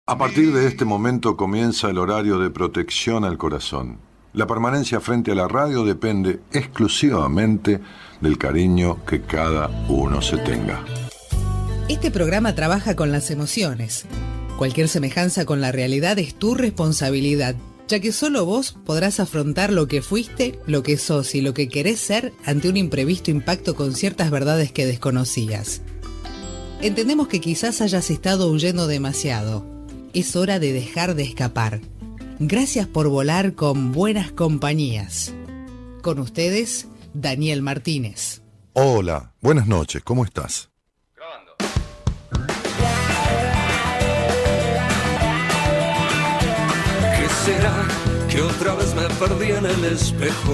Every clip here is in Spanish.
A partir de este momento comienza el horario de protección al corazón. La permanencia frente a la radio depende exclusivamente del cariño que cada uno se tenga. Este programa trabaja con las emociones. Cualquier semejanza con la realidad es tu responsabilidad, ya que solo vos podrás afrontar lo que fuiste, lo que sos y lo que querés ser ante un imprevisto impacto con ciertas verdades que desconocías. Entendemos que quizás hayas estado huyendo demasiado. Es hora de dejar de escapar. Gracias por volar con buenas compañías. Con ustedes, Daniel Martínez. Hola, buenas noches, ¿cómo estás? Grabando. ¿Qué será que otra vez me perdí en el espejo?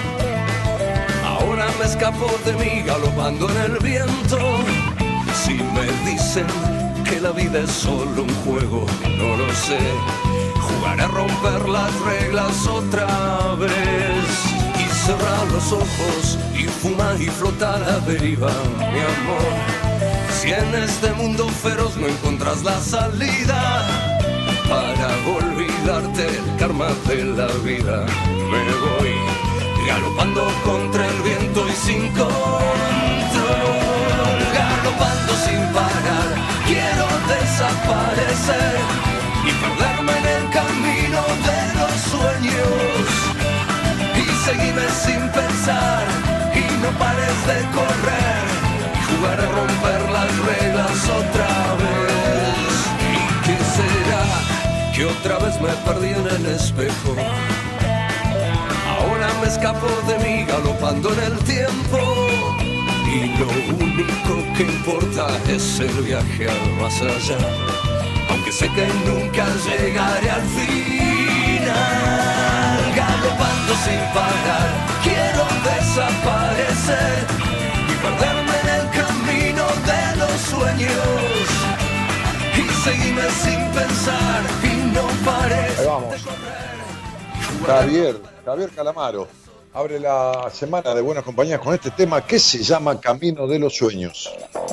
Ahora me escapo de mí galopando en el viento. Si me dicen que la vida es solo un juego, no lo sé. Jugar a romper las reglas otra vez y cerrar los ojos y fumar y flotar a deriva, mi amor. Si en este mundo feroz no encuentras la salida para olvidarte el karma de la vida, me voy galopando contra el viento y sin control. Galopando sin parar, quiero desaparecer y perderme en el camino de los sueños. Y seguirme sin pensar y no pares de correr y jugar a romper las reglas otra vez. ¿Y qué será que otra vez me perdí en el espejo? Ahora me escapo de mí galopando en el tiempo. Y lo único que importa es el viaje al más allá, aunque sé que nunca llegaré al final. Galopando sin parar, quiero desaparecer y perderme en el camino de los sueños. Y seguirme sin pensar y no pares de correr. Javier Calamaro abre la semana de Buenas Compañías con este tema que se llama Camino de los Sueños.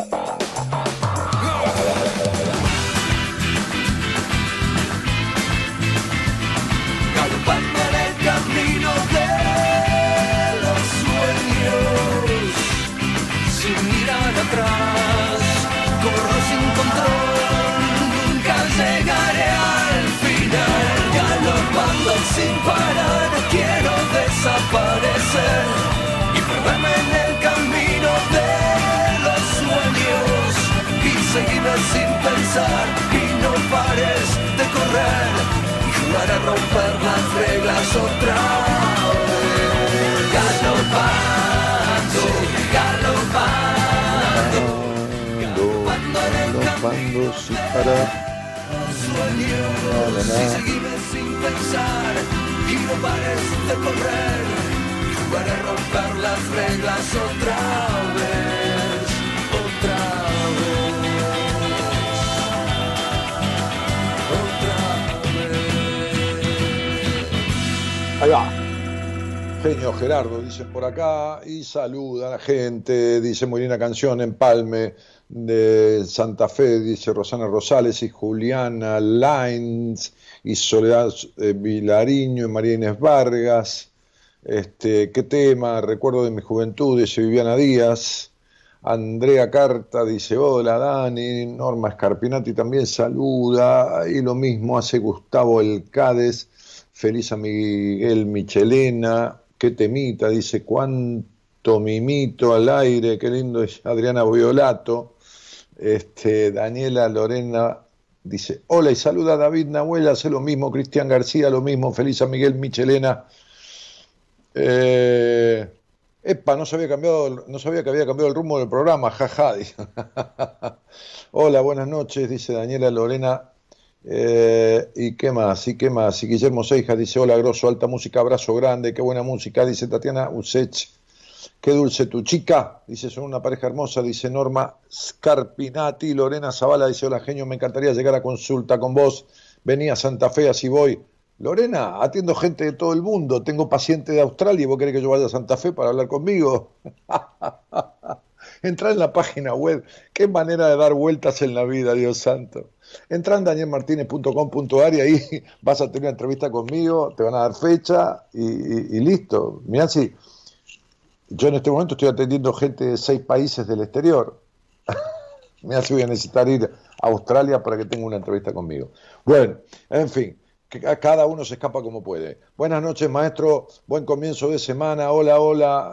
Galopando en el camino de los sueños, sin mirar atrás, corro sin control, nunca llegaré al final. Galopando sin parar, quiero desaparecer y perderme en el camino de los sueños y seguirme sin pensar y no pares de correr y jugar a romper las reglas otra vez. Galopando sin parar, sueños y seguirme sin pensar y no pares de correr y jugar a romper las reglas otra vez, otra vez. Ahí va. Genio Gerardo, dicen por acá, y saluda a la gente, dice muy linda canción, Empalme de Santa Fe, dice Rosana Rosales y Juliana Lines y Soledad Vilariño y María Inés Vargas. ¿Qué tema? Recuerdo de mi juventud, dice Viviana Díaz. Andrea Carta dice hola Dani. Norma Scarpinati también saluda, y lo mismo hace Gustavo Elcades. Feliz a Miguel Michelena. Qué temita, dice cuánto mimito al aire, qué lindo es Adriana Violato. Daniela Lorena dice hola y saluda a David Nahuel, hace lo mismo. Cristian García lo mismo. Feliz a Miguel Michelena. No sabía que había cambiado el rumbo del programa, jaja. Hola, buenas noches, dice Daniela Lorena. ¿Y qué más? Y Guillermo Seijas dice hola, grosso, alta música, abrazo grande, qué buena música, dice Tatiana Usech. Qué dulce tu chica, dice, son una pareja hermosa, dice Norma Scarpinati. Lorena Zavala dice hola, genio, me encantaría llegar a consulta con vos, vení a Santa Fe, así voy. Lorena, atiendo gente de todo el mundo, tengo pacientes de Australia y vos querés que yo vaya a Santa Fe para hablar conmigo. Entrá en la página web, qué manera de dar vueltas en la vida, Dios santo. Entrá en danielmartinez.com.ar y ahí vas a tener una entrevista conmigo, te van a dar fecha y listo. Mirá, si yo en este momento estoy atendiendo gente de 6 países del exterior. Mirá si voy a necesitar ir a Australia para que tenga una entrevista conmigo. Bueno, en fin, que cada uno se escapa como puede. Buenas noches, maestro. Buen comienzo de semana. Hola, hola.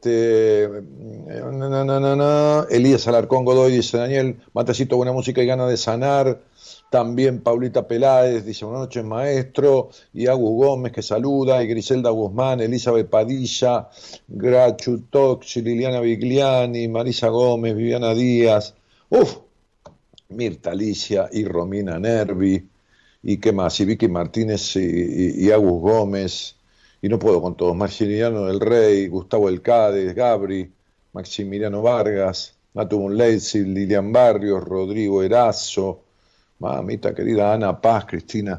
Elías Alarcón Godoy dice: Daniel, matecito, buena música y ganas de sanar. También Paulita Peláez dice: buenas noches, maestro. Y Agus Gómez, que saluda. Y Griselda Guzmán, Elizabeth Padilla, Grachu Toxi, Liliana Vigliani, Marisa Gómez, Viviana Díaz. Mirta Alicia y Romina Nervi. ¿Y qué más? Y Vicky Martínez y Agus Gómez. Y no puedo con todos. Maximiliano del Rey, Gustavo Elcades, Gabri, Maximiliano Vargas, Natu Munleitzi, Lilian Barrios, Rodrigo Erazo, mamita querida, Ana Paz, Cristina.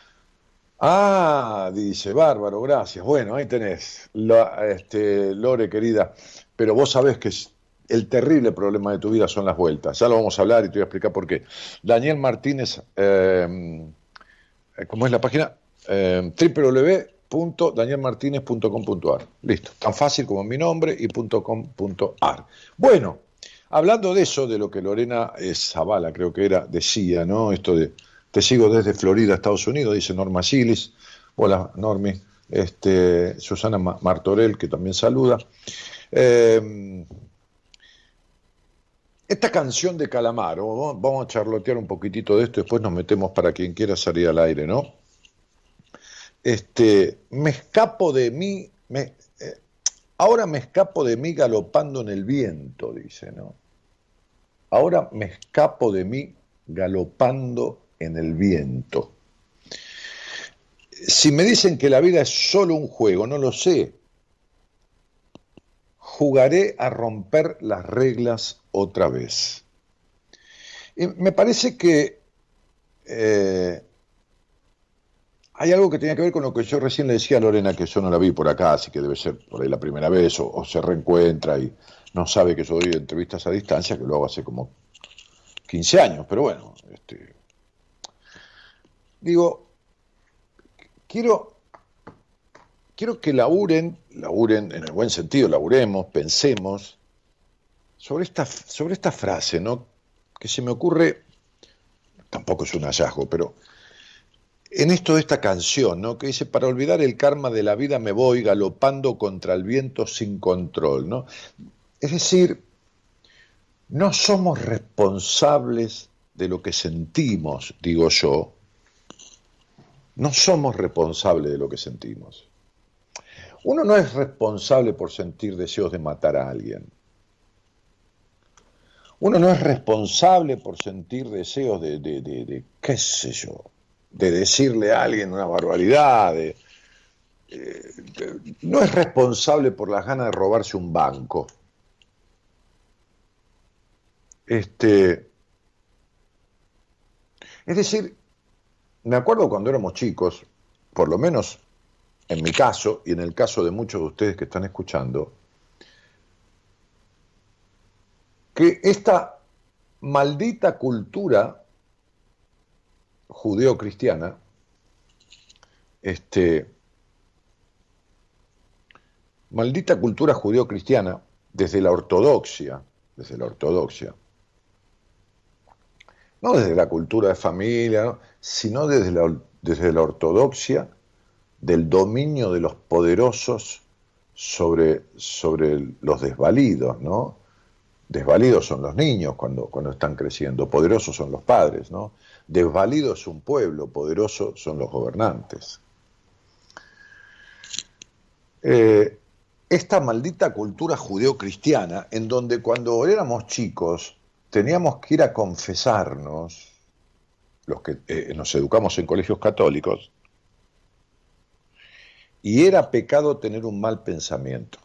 Dice, bárbaro, gracias. Bueno, ahí tenés, Lore querida. Pero vos sabés que el terrible problema de tu vida son las vueltas. Ya lo vamos a hablar y te voy a explicar por qué. Daniel Martínez... ¿cómo es la página? www.danielmartinez.com.ar. Listo, tan fácil como mi nombre y .com.ar. Bueno, hablando de eso, de lo que Lorena Zavala, creo que era, decía, ¿no? Esto de, te sigo desde Florida, Estados Unidos, dice Norma Silis. Hola, Normi. Susana Martorell, que también saluda. Esta canción de Calamaro, vamos a charlotear un poquitito de esto, después nos metemos para quien quiera salir al aire, ¿no? Me escapo de mí, ahora me escapo de mí galopando en el viento, dice, ¿no? Ahora me escapo de mí galopando en el viento. Si me dicen que la vida es solo un juego, no lo sé. Jugaré a romper las reglas otra vez. Y me parece que hay algo que tenía que ver con lo que yo recién le decía a Lorena, que yo no la vi por acá, así que debe ser por ahí la primera vez, o se reencuentra y no sabe que yo doy entrevistas a distancia, que lo hago hace como 15 años, pero bueno, digo, quiero que laburen en el buen sentido, laburemos, pensemos sobre esta frase, ¿no? Que se me ocurre, tampoco es un hallazgo, pero en esto de esta canción, ¿no? Que dice: para olvidar el karma de la vida me voy galopando contra el viento sin control, ¿no? Es decir, no somos responsables de lo que sentimos, digo yo. No somos responsables de lo que sentimos. Uno no es responsable por sentir deseos de matar a alguien. Uno no es responsable por sentir deseos de qué sé yo, de decirle a alguien una barbaridad, no es responsable por las ganas de robarse un banco. Es decir, me acuerdo cuando éramos chicos, por lo menos en mi caso y en el caso de muchos de ustedes que están escuchando, que esta maldita cultura judeo-cristiana, maldita cultura judeo-cristiana, desde la ortodoxia, no desde la cultura de familia, ¿no? Sino desde la ortodoxia del dominio de los poderosos sobre los desvalidos, ¿no? Desvalidos son los niños cuando están creciendo, poderosos son los padres, ¿no? Desvalido es un pueblo, poderoso son los gobernantes. Esta maldita cultura judeo-cristiana, en donde cuando éramos chicos teníamos que ir a confesarnos, los que nos educamos en colegios católicos, y era pecado tener un mal pensamiento.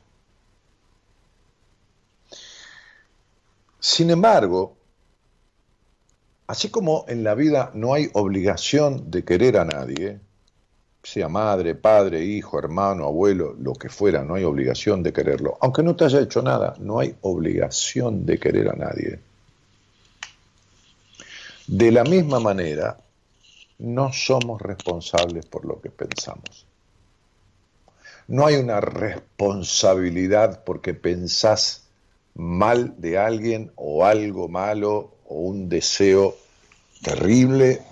Sin embargo, así como en la vida no hay obligación de querer a nadie, sea madre, padre, hijo, hermano, abuelo, lo que fuera, no hay obligación de quererlo. Aunque no te haya hecho nada, no hay obligación de querer a nadie. De la misma manera, no somos responsables por lo que pensamos. No hay una responsabilidad porque pensás mal de alguien o algo malo o un deseo terrible.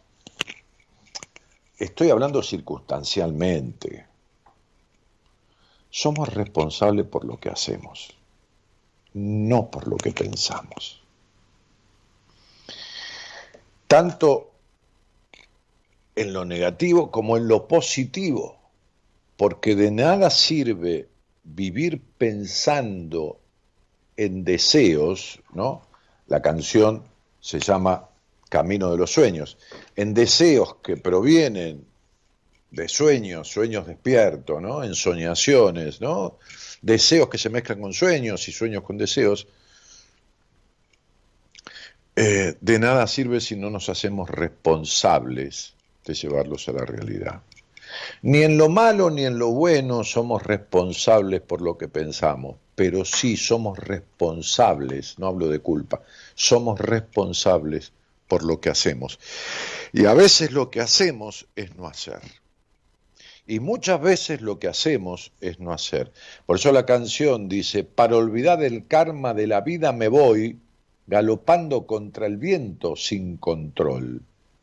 Estoy hablando circunstancialmente. Somos responsables por lo que hacemos, no por lo que pensamos. Tanto en lo negativo como en lo positivo, porque de nada sirve vivir pensando en deseos, ¿no? La canción se llama Camino de los Sueños, en deseos que provienen de sueños, sueños despiertos, ¿no? En soñaciones, ¿no? Deseos que se mezclan con sueños y sueños con deseos. De nada sirve si no nos hacemos responsables de llevarlos a la realidad. Ni en lo malo ni en lo bueno somos responsables por lo que pensamos, pero sí somos responsables, no hablo de culpa, somos responsables por lo que hacemos. Y a veces lo que hacemos es no hacer. Y muchas veces lo que hacemos es no hacer. Por eso la canción dice, para olvidar el karma de la vida me voy, galopando contra el viento sin control.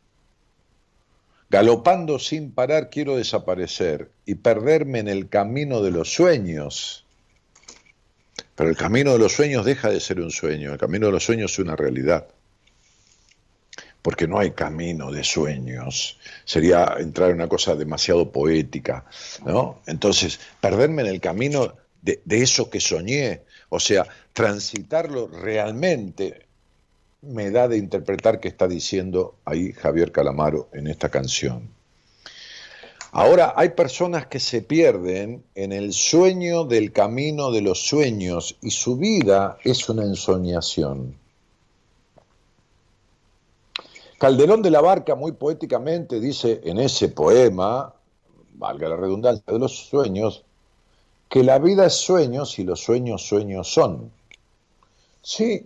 Galopando sin parar quiero desaparecer y perderme en el camino de los sueños. Pero el camino de los sueños deja de ser un sueño, el camino de los sueños es una realidad. Porque no hay camino de sueños, sería entrar en una cosa demasiado poética, ¿no? Entonces, perderme en el camino de eso que soñé, o sea, transitarlo realmente, me da de interpretar que está diciendo ahí Javier Calamaro en esta canción. Ahora, hay personas que se pierden en el sueño del camino de los sueños y su vida es una ensoñación. Calderón de la Barca muy poéticamente dice en ese poema, valga la redundancia de los sueños, que la vida es sueños y los sueños sueños son. Sí,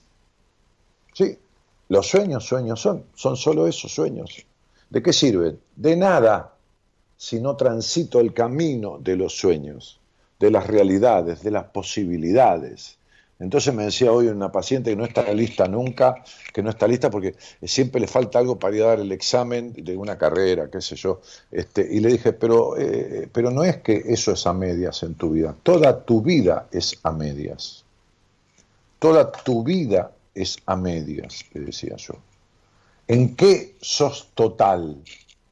los sueños sueños son solo esos sueños. ¿De qué sirven? De nada, si no transito el camino de los sueños, de las realidades, de las posibilidades. Entonces me decía hoy una paciente que no está lista nunca, que no está lista porque siempre le falta algo para ir a dar el examen de una carrera, qué sé yo. Y le dije, pero no es que eso es a medias en tu vida. Toda tu vida es a medias. Toda tu vida es a medias, le decía yo. ¿En qué sos total?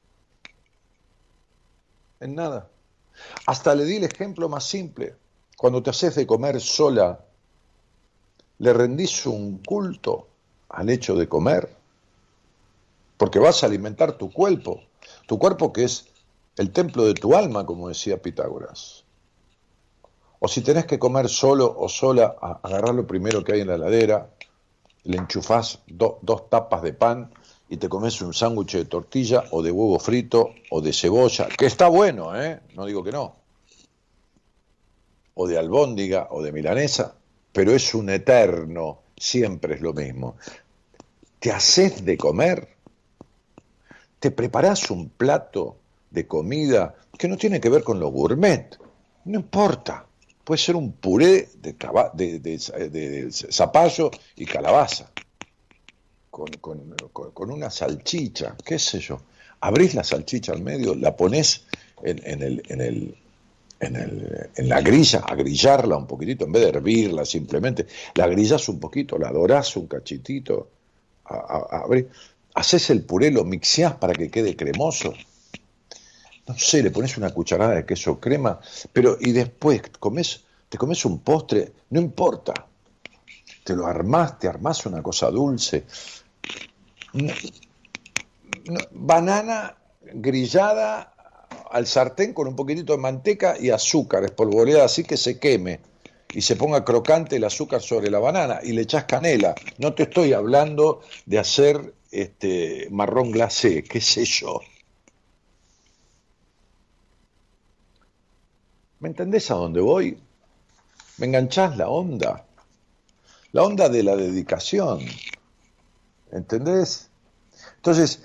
En nada. Hasta le di el ejemplo más simple. Cuando te haces de comer sola, ¿le rendís un culto al hecho de comer? Porque vas a alimentar tu cuerpo que es el templo de tu alma, como decía Pitágoras. O si tenés que comer solo o sola, agarrás lo primero que hay en la heladera, le enchufás dos tapas de pan y te comes un sándwich de tortilla o de huevo frito o de cebolla, que está bueno, no digo que no, o de albóndiga o de milanesa, pero es un eterno, siempre es lo mismo. ¿Te hacés de comer? ¿Te preparás un plato de comida que no tiene que ver con lo gourmet? No importa, puede ser un puré de zapallo y calabaza, con una salchicha, qué sé yo. Abrís la salchicha al medio, la ponés en la grilla, a grillarla un poquitito, en vez de hervirla simplemente, la grillás un poquito, la dorás un cachitito, haces el puré, lo mixeás para que quede cremoso, no sé, le pones una cucharada de queso crema, y después te comes un postre, no importa, te armás una cosa dulce, banana grillada al sartén con un poquitito de manteca y azúcar espolvoreada así que se queme y se ponga crocante el azúcar sobre la banana y le echás canela. No te estoy hablando de hacer marrón glacé, qué sé yo. ¿Me entendés a dónde voy? ¿Me enganchás la onda? La onda de la dedicación. ¿Entendés? Entonces,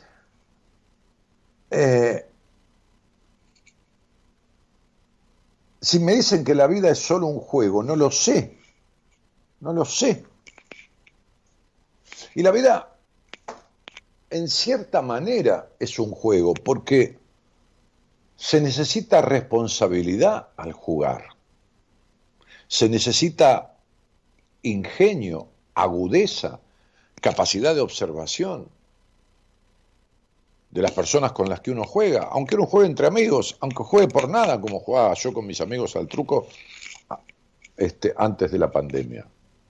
si me dicen que la vida es solo un juego, no lo sé. No lo sé. Y la vida, en cierta manera, es un juego, porque se necesita responsabilidad al jugar. Se necesita ingenio, agudeza, capacidad de observación de las personas con las que uno juega, aunque uno juegue entre amigos, aunque juegue por nada, como jugaba yo con mis amigos al truco antes de la pandemia.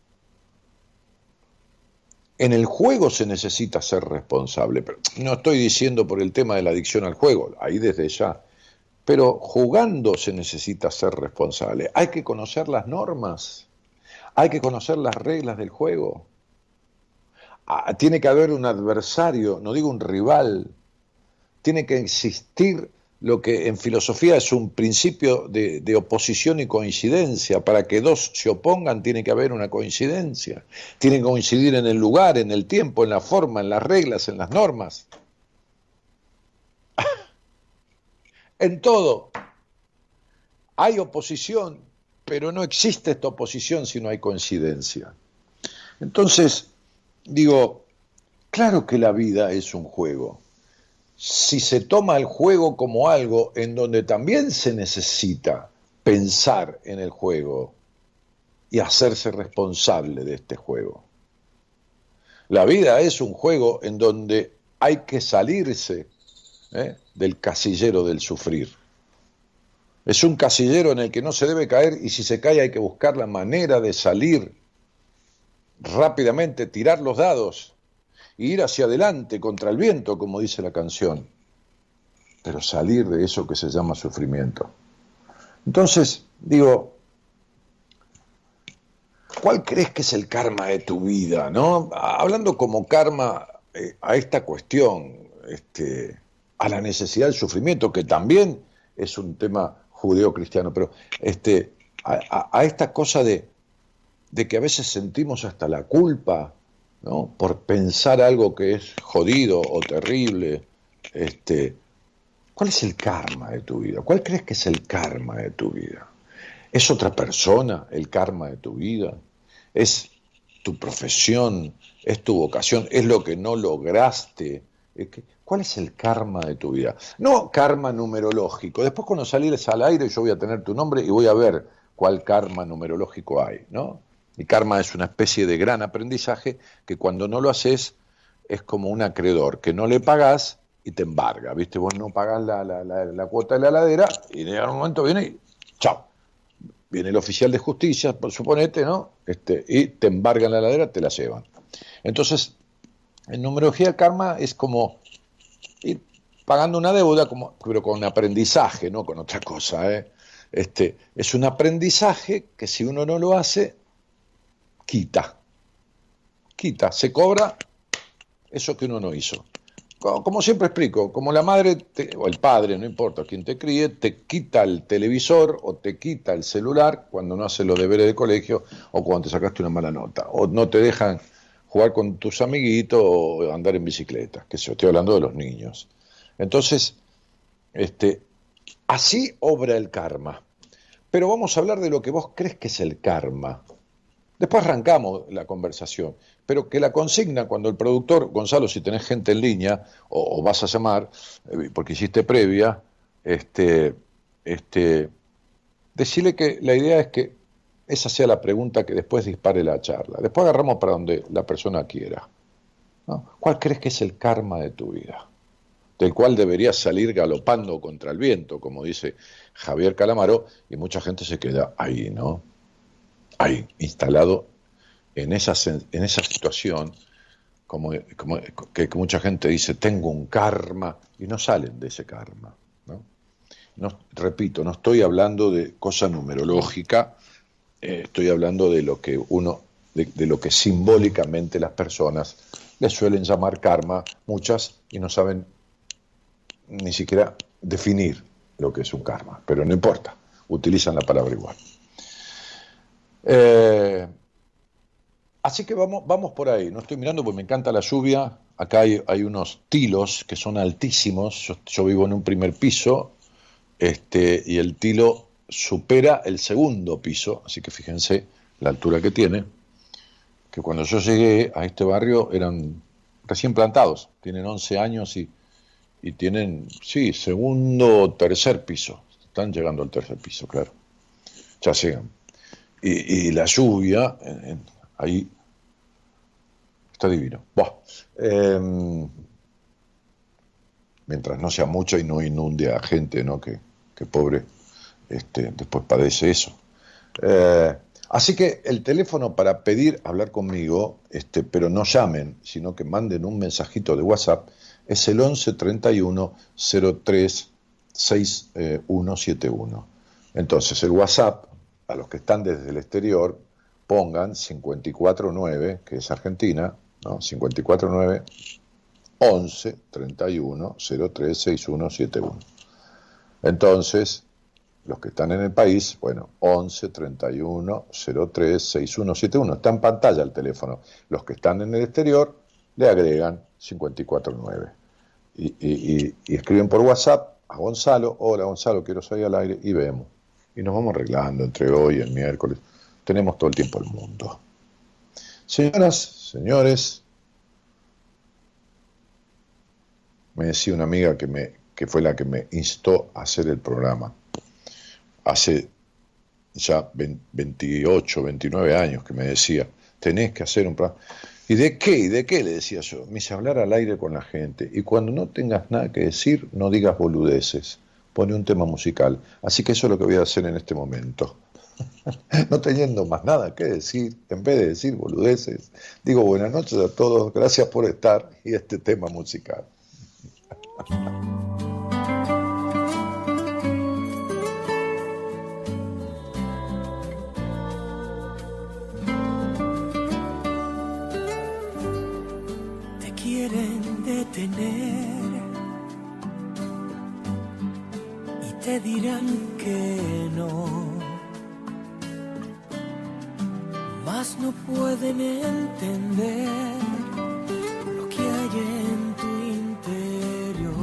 En el juego se necesita ser responsable, pero no estoy diciendo por el tema de la adicción al juego, ahí desde ya, pero jugando se necesita ser responsable. Hay que conocer las normas, hay que conocer las reglas del juego. Tiene que haber un adversario, no digo un rival, tiene que existir lo que en filosofía es un principio de oposición y coincidencia. Para que dos se opongan tiene que haber una coincidencia. Tienen que coincidir en el lugar, en el tiempo, en la forma, en las reglas, en las normas. En todo. Hay oposición, pero no existe esta oposición si no hay coincidencia. Entonces, digo, claro que la vida es un juego. Si se toma el juego como algo en donde también se necesita pensar en el juego y hacerse responsable de este juego. La vida es un juego en donde hay que salirse del casillero del sufrir. Es un casillero en el que no se debe caer, y si se cae hay que buscar la manera de salir rápidamente, tirar los dados y ir hacia adelante contra el viento, como dice la canción, pero salir de eso que se llama sufrimiento. Entonces, digo, ¿cuál crees que es el karma de tu vida, no? Hablando como karma a esta cuestión, a la necesidad del sufrimiento, que también es un tema judeo-cristiano, pero a esta cosa de que a veces sentimos hasta la culpa, ¿no? Por pensar algo que es jodido o terrible. ¿Cuál es el karma de tu vida? ¿Cuál crees que es el karma de tu vida? ¿Es otra persona el karma de tu vida? ¿Es tu profesión? ¿Es tu vocación? ¿Es lo que no lograste? ¿Cuál es el karma de tu vida? No karma numerológico. Después, cuando salires al aire, yo voy a tener tu nombre y voy a ver cuál karma numerológico hay, ¿no? Y karma es una especie de gran aprendizaje que cuando no lo haces es como un acreedor, que no le pagás y te embarga, ¿viste? Vos no pagás la cuota de la heladera y en un momento viene y chao. Viene el oficial de justicia, suponete, ¿no? Y te embargan la heladera, te la llevan. Entonces, en numerología el karma es como ir pagando una deuda, pero con aprendizaje, no con otra cosa, es un aprendizaje que si uno no lo hace, quita, se cobra eso que uno no hizo. Como siempre explico, como la madre o el padre, no importa quién te críe, te quita el televisor o te quita el celular cuando no haces los deberes de colegio o cuando te sacaste una mala nota, o no te dejan jugar con tus amiguitos o andar en bicicleta, que estoy hablando de los niños. Entonces, así obra el karma. Pero vamos a hablar de lo que vos crees que es el karma. Después arrancamos la conversación, pero que la consigna cuando el productor, Gonzalo, si tenés gente en línea o vas a llamar, porque hiciste previa, decirle que la idea es que esa sea la pregunta que después dispare la charla. Después agarramos para donde la persona quiera, ¿no? ¿Cuál crees que es el karma de tu vida? Del cual deberías salir galopando contra el viento, como dice Javier Calamaro, y mucha gente se queda ahí, ¿no? Ahí, instalado en esa situación, como que mucha gente dice, tengo un karma, y no salen de ese karma, ¿no? Repito, no estoy hablando de cosa numerológica, estoy hablando de lo que de lo que simbólicamente las personas le suelen llamar karma, muchas, y no saben ni siquiera definir lo que es un karma, pero no importa, utilizan la palabra igual. Así que vamos por ahí. No estoy mirando porque me encanta la lluvia. Acá hay unos tilos que son altísimos. Yo vivo en un primer piso, y el tilo supera el segundo piso. Así que fíjense la altura que tiene. Que cuando yo llegué a este barrio eran recién plantados. Tienen 11 años y tienen, sí, segundo o tercer piso. Están llegando al tercer piso, claro. Ya llegan. Y la lluvia... ahí está divino. Mientras no sea mucho y no inunde a gente, ¿no? Que pobre después padece eso. Así que el teléfono para pedir hablar conmigo, pero no llamen, sino que manden un mensajito de WhatsApp, es el 11 31 03 6171. Entonces el WhatsApp, a los que están desde el exterior, pongan 549, que es Argentina, ¿no? 549 11 31 03 6171. Entonces, los que están en el país, bueno, 11 31 03 6171. Está en pantalla el teléfono. Los que están en el exterior le agregan 549. Y escriben por WhatsApp a Gonzalo: hola Gonzalo, quiero salir al aire, y vemos. Y nos vamos arreglando entre hoy y el miércoles. Tenemos todo el tiempo del mundo. Señoras, señores, me decía una amiga que fue la que me instó a hacer el programa. Hace ya 28, 29 años que me decía, tenés que hacer un programa. ¿Y de qué? ¿Y de qué? Le decía yo. Me dice, hablar al aire con la gente. Y cuando no tengas nada que decir, no digas boludeces. Pone un tema musical. Así que eso es lo que voy a hacer en este momento. No teniendo más nada que decir, en vez de decir boludeces, digo buenas noches a todos, gracias por estar, y este tema musical. Te quieren detener y te dirán que no, mas no pueden entender lo que hay en tu interior.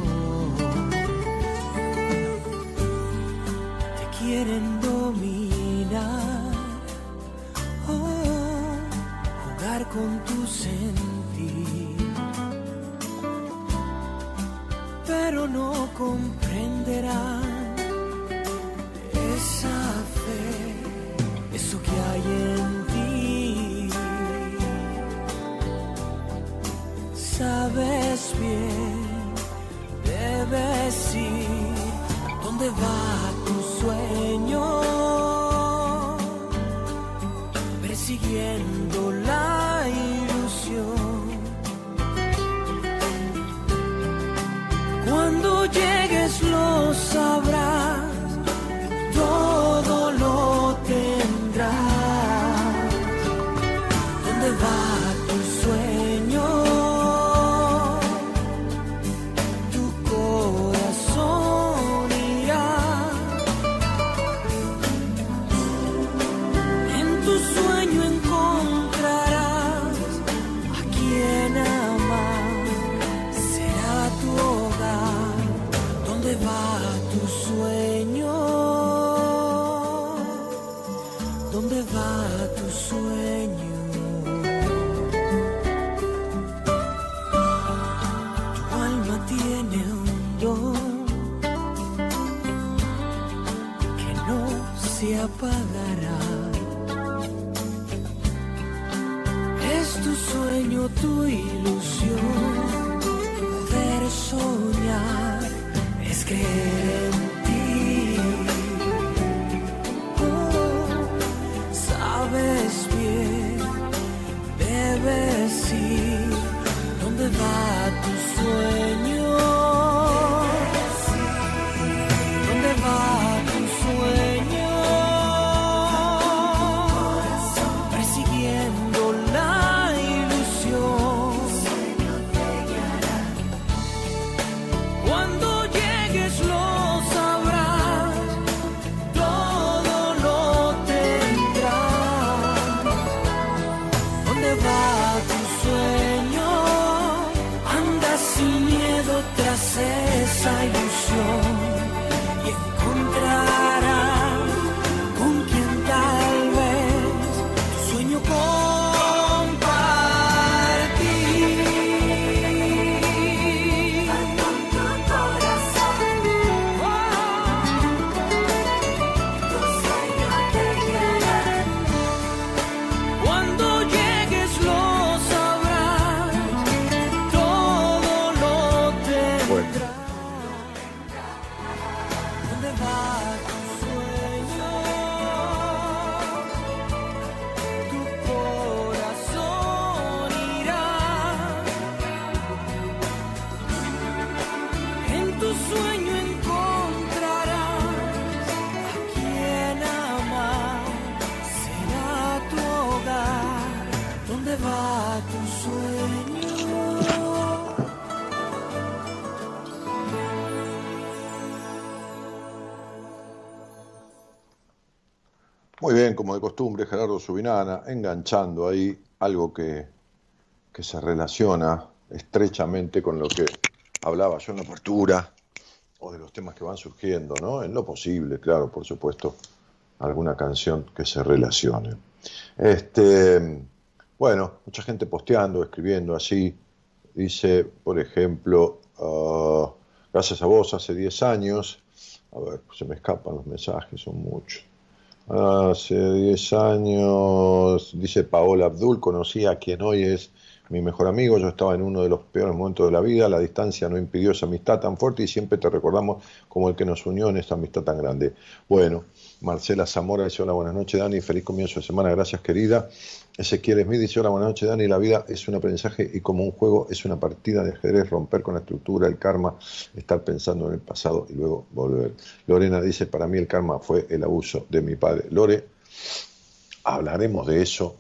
Te quieren dominar, jugar con tu sentir, pero no comprenderán esa fe, eso que hay en ti. Sabes bien, debes ir donde va tu sueño, persiguiendo la ilusión. Cuando llegues lo sabrás, todo lo tendrás. ¿Dónde va tu sueño? Tu corazón irá. En tu sueño encontrarás a quien amar. Será tu hogar. ¿Dónde va tu sueño? ¿Dónde va tu sueño? Tu alma tiene un don que no se apagará. Es tu sueño, tu ilusión, poder soñar, es creer en ti. Sabes bien, debes ir donde va tu sueño. ¿Dónde va tu sueño? Persiguiendo la ilusión. Cuando llegues lo sabrás, todo lo tendrás. ¿Dónde Bueno. ¿Dónde va tu sueño? Tu corazón irá. En tu sueño encontrarás a quien amar. Será tu hogar. ¿Dónde va tu sueño? Muy bien, como de costumbre, Gerardo Subinana, enganchando ahí algo que se relaciona estrechamente con lo que hablaba yo en la apertura, o de los temas que van surgiendo, ¿no? En lo posible, claro, por supuesto, alguna canción que se relacione. Bueno, mucha gente posteando, escribiendo así. Dice, por ejemplo, gracias a vos, hace 10 años, a ver, se me escapan los mensajes, son muchos. Hace 10 años, dice Paola Abdul, conocí a quien hoy es mi mejor amigo. Yo estaba en uno de los peores momentos de la vida. La distancia no impidió esa amistad tan fuerte y siempre te recordamos como el que nos unió en esta amistad tan grande. Bueno, Marcela Zamora dice: hola, buenas noches, Dani, feliz comienzo de semana, gracias, querida. Ezequiel Smith dice: hola, buenas noches, Dani, la vida es un aprendizaje y como un juego es una partida de ajedrez, romper con la estructura, el karma, estar pensando en el pasado y luego volver. Lorena dice: para mí el karma fue el abuso de mi padre. Lore, hablaremos de eso,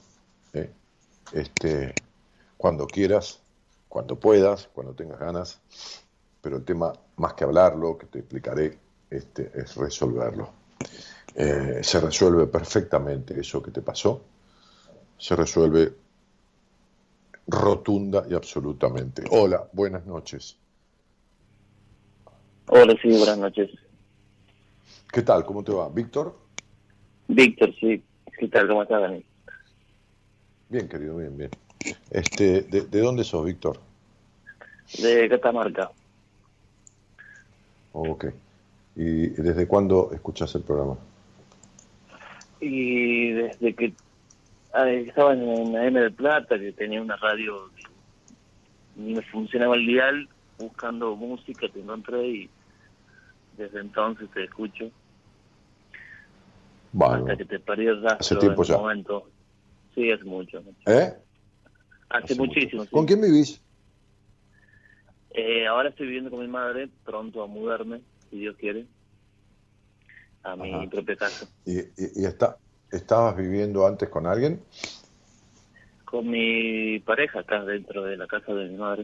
cuando quieras, cuando puedas, cuando tengas ganas, pero el tema, más que hablarlo, que te explicaré, es resolverlo. Se resuelve perfectamente eso que te pasó, se resuelve rotunda y absolutamente. Hola, buenas noches. Hola, sí, buenas noches. ¿Qué tal? ¿Cómo te va? ¿Víctor? Víctor, sí. ¿Qué tal? ¿Cómo estás, Dani? Bien, querido, bien, bien. ¿De dónde sos, Víctor? De Catamarca. Ok. ¿Y desde cuándo escuchas el programa? Y desde que estaba en la M del Plata, que tenía una radio que ni me funcionaba el dial, buscando música te encontré y desde entonces te escucho. Bueno, hasta que te perdí el rastro. hace tiempo en ya. Momento. Sí, hace mucho. Hace muchísimo. ¿Con quién vivís? Ahora estoy viviendo con mi madre, pronto a mudarme, si Dios quiere, a mi propia casa. ¿Y estabas viviendo antes con alguien? Con mi pareja acá dentro de la casa de mi madre.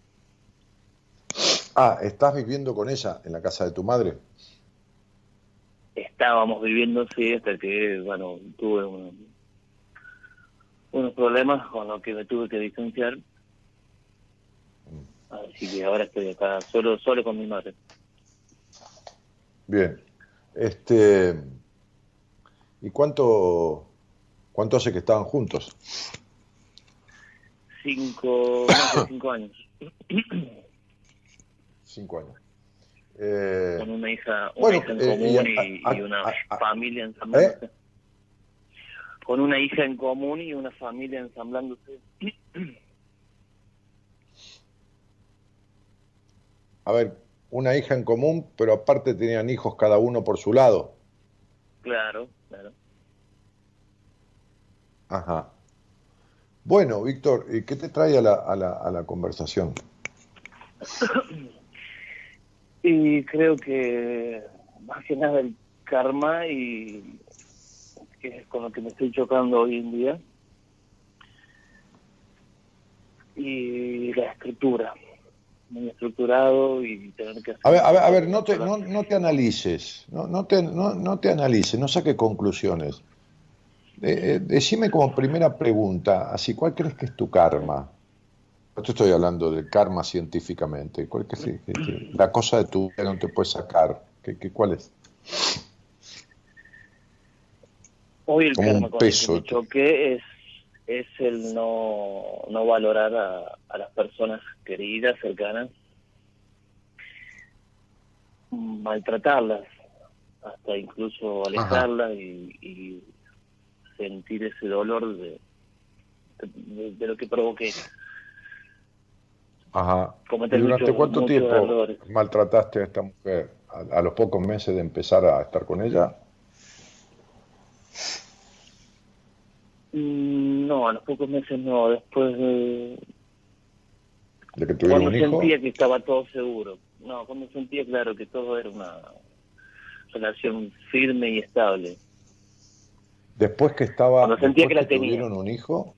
Ah, ¿estás viviendo con ella en la casa de tu madre? Estábamos viviendo, sí, hasta que, bueno, tuve unos problemas con los que me tuve que distanciar. Así que ahora estoy acá solo con mi madre. Bien. ¿Y cuánto hace que estaban juntos? 5 años. 5 años. Con una hija bueno, en común y una familia ensamblándose. Con una hija en común y una familia ensamblándose. A ver, una hija en común, pero aparte tenían hijos cada uno por su lado. Claro. Ajá. Bueno, Víctor, ¿y qué te trae a la conversación? Y creo que más que nada el karma, y que es con lo que me estoy chocando hoy en día, y la estructura, muy estructurado y tener que hacer... A ver, no te analices, no te analices, no saques conclusiones. Decime como primera pregunta, así, ¿cuál crees que es tu karma? No te estoy hablando del karma científicamente. ¿Cuál crees que la cosa de tu vida no te puede sacar? ¿Cuál es? Hoy el como karma un con peso. el que me choqué es el no valorar a las personas queridas, cercanas, maltratarlas, hasta incluso alejarlas y sentir ese dolor de lo que provoqué. Ajá. ¿Y cometer durante cuánto muchos tiempo errores. maltrataste a esta mujer? ¿A los pocos meses de empezar a estar con ella? No, a los pocos meses no, después ¿De que tuvieron cuando un hijo? sentía que estaba todo seguro. No, cuando sentía claro que todo era una relación firme y estable. Después que estaba, Cuando sentía después que la tenía. tuvieron un hijo,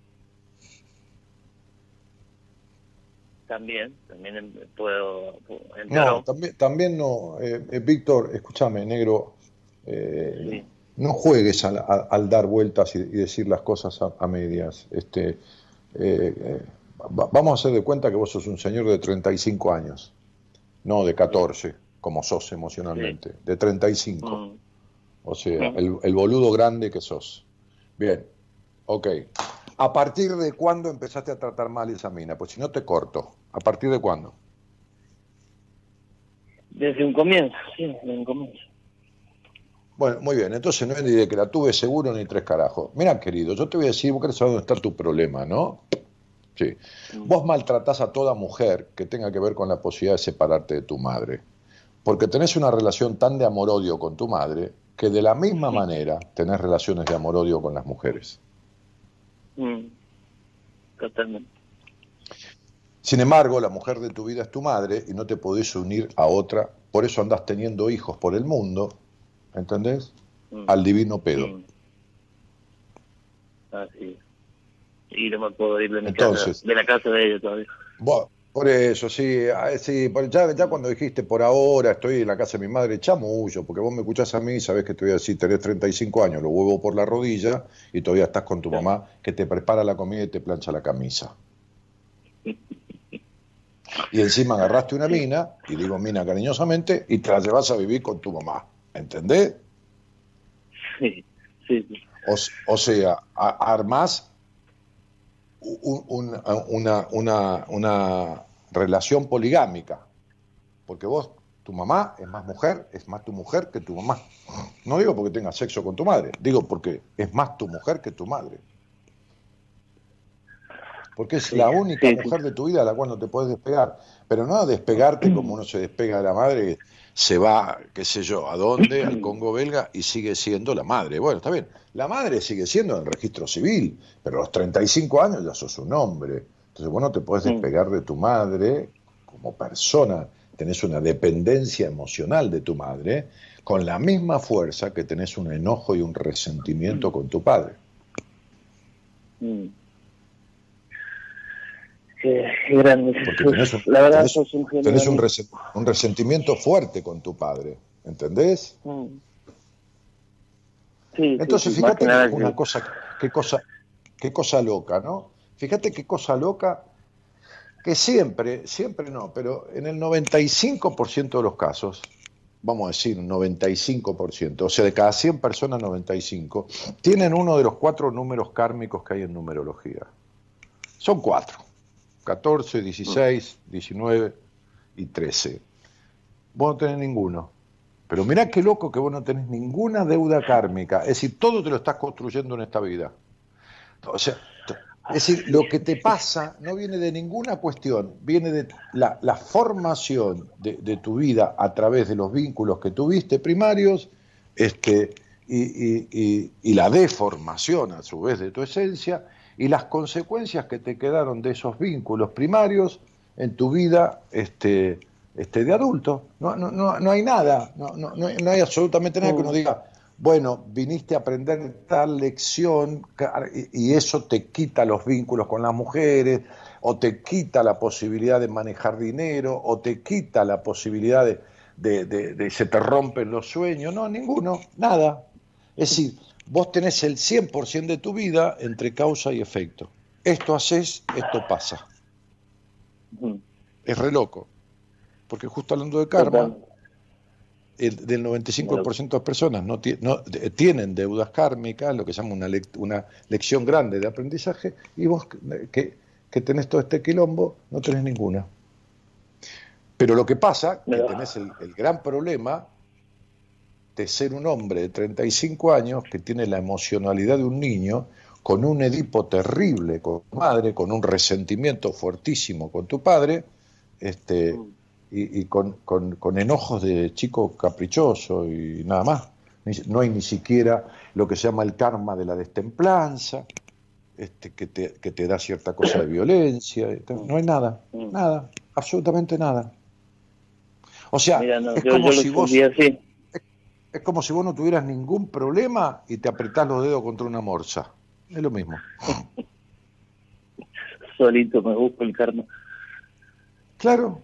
También puedo no, también no, Víctor, escúchame, negro, Sí. no juegues al dar vueltas y decir las cosas a medias. Vamos a hacer de cuenta que vos sos un señor de 35 años, no de 14, como sos emocionalmente, de 35. O sea, el boludo grande que sos. Bien, ok. ¿A partir de cuándo empezaste a tratar mal esa mina? Pues si no te corto. ¿A partir de cuándo? Desde un comienzo, sí, desde un comienzo. Bueno, muy bien. Entonces no es ni de que la tuve seguro ni tres carajos. Mira, querido, yo te voy a decir, vos querés saber dónde está tu problema, ¿no? Sí. Vos maltratás a toda mujer que tenga que ver con la posibilidad de separarte de tu madre. Porque tenés una relación tan de amor-odio con tu madre que de la misma manera tenés relaciones de amor-odio con las mujeres. Totalmente. Sin embargo, la mujer de tu vida es tu madre y no te podés unir a otra, por eso andás teniendo hijos por el mundo, ¿entendés? Al divino pedo. Así. Y no me puedo ir de mi Entonces, casa, de la casa de ella todavía. Por eso, sí, ya cuando dijiste por ahora estoy en la casa de mi madre, chamullo, porque vos me escuchás a mí y sabés que te voy a decir, tenés 35 años, los huevos por la rodilla y todavía estás con tu mamá que te prepara la comida y te plancha la camisa. Y encima agarraste una mina, y digo mina cariñosamente, y te la llevas a vivir con tu mamá, ¿entendés? Sí. O sea, armás una relación poligámica, porque vos, tu mamá es más tu mujer que tu mamá. No digo porque tengas sexo con tu madre, digo porque es más tu mujer que tu madre. Porque es la única mujer de tu vida a la cual no te puedes despegar. Pero no despegarte como uno se despega de la madre, se va, qué sé yo, a dónde, al Congo belga, y sigue siendo la madre. Bueno, está bien, la madre sigue siendo en el registro civil, pero a los 35 años ya sos un hombre. Entonces vos no te puedes despegar de tu madre como persona. Tenés una dependencia emocional de tu madre con la misma fuerza que tenés un enojo y un resentimiento con tu padre. Qué grande. Porque tenés un resentimiento fuerte con tu padre, ¿entendés? Sí, entonces fíjate una cosa, qué cosa loca, ¿no? Fíjate qué cosa loca que siempre no, pero en el 95% de los casos, vamos a decir 95%, o sea, de cada 100 personas 95, tienen uno de los 4 números kármicos que hay en numerología. Son 4. 14, 16, 19 y 13. Vos no tenés ninguno. Pero mirá qué loco que vos no tenés ninguna deuda kármica. Es decir, todo te lo estás construyendo en esta vida. O sea, es decir, lo que te pasa no viene de ninguna cuestión, viene de la formación de tu vida a través de los vínculos que tuviste primarios, y la deformación a su vez de tu esencia, y las consecuencias que te quedaron de esos vínculos primarios en tu vida de adulto. No hay nada, no hay absolutamente nada que uno diga, bueno, viniste a aprender tal lección y eso te quita los vínculos con las mujeres, o te quita la posibilidad de manejar dinero, o te quita la posibilidad de se te rompen los sueños. No, ninguno, nada. Es decir, vos tenés el 100% de tu vida entre causa y efecto. Esto haces, esto pasa. Es re loco. Porque justo hablando de karma, del 95% de las personas no tienen deudas kármicas, lo que se llama una lección grande de aprendizaje, y vos que tenés todo este quilombo, no tenés ninguna. Pero lo que pasa, que tenés el gran problema de ser un hombre de 35 años que tiene la emocionalidad de un niño, con un Edipo terrible con tu madre, con un resentimiento fuertísimo con tu padre, y con enojos de chico caprichoso y nada más. No hay ni siquiera lo que se llama el karma de la destemplanza, que te da cierta cosa de violencia. No hay nada, absolutamente nada. O sea, Mira, no, es yo como lo si vos... sentí así. Es como si vos no tuvieras ningún problema y te apretás los dedos contra una morsa. Es lo mismo. Solito me busco el karma. Claro.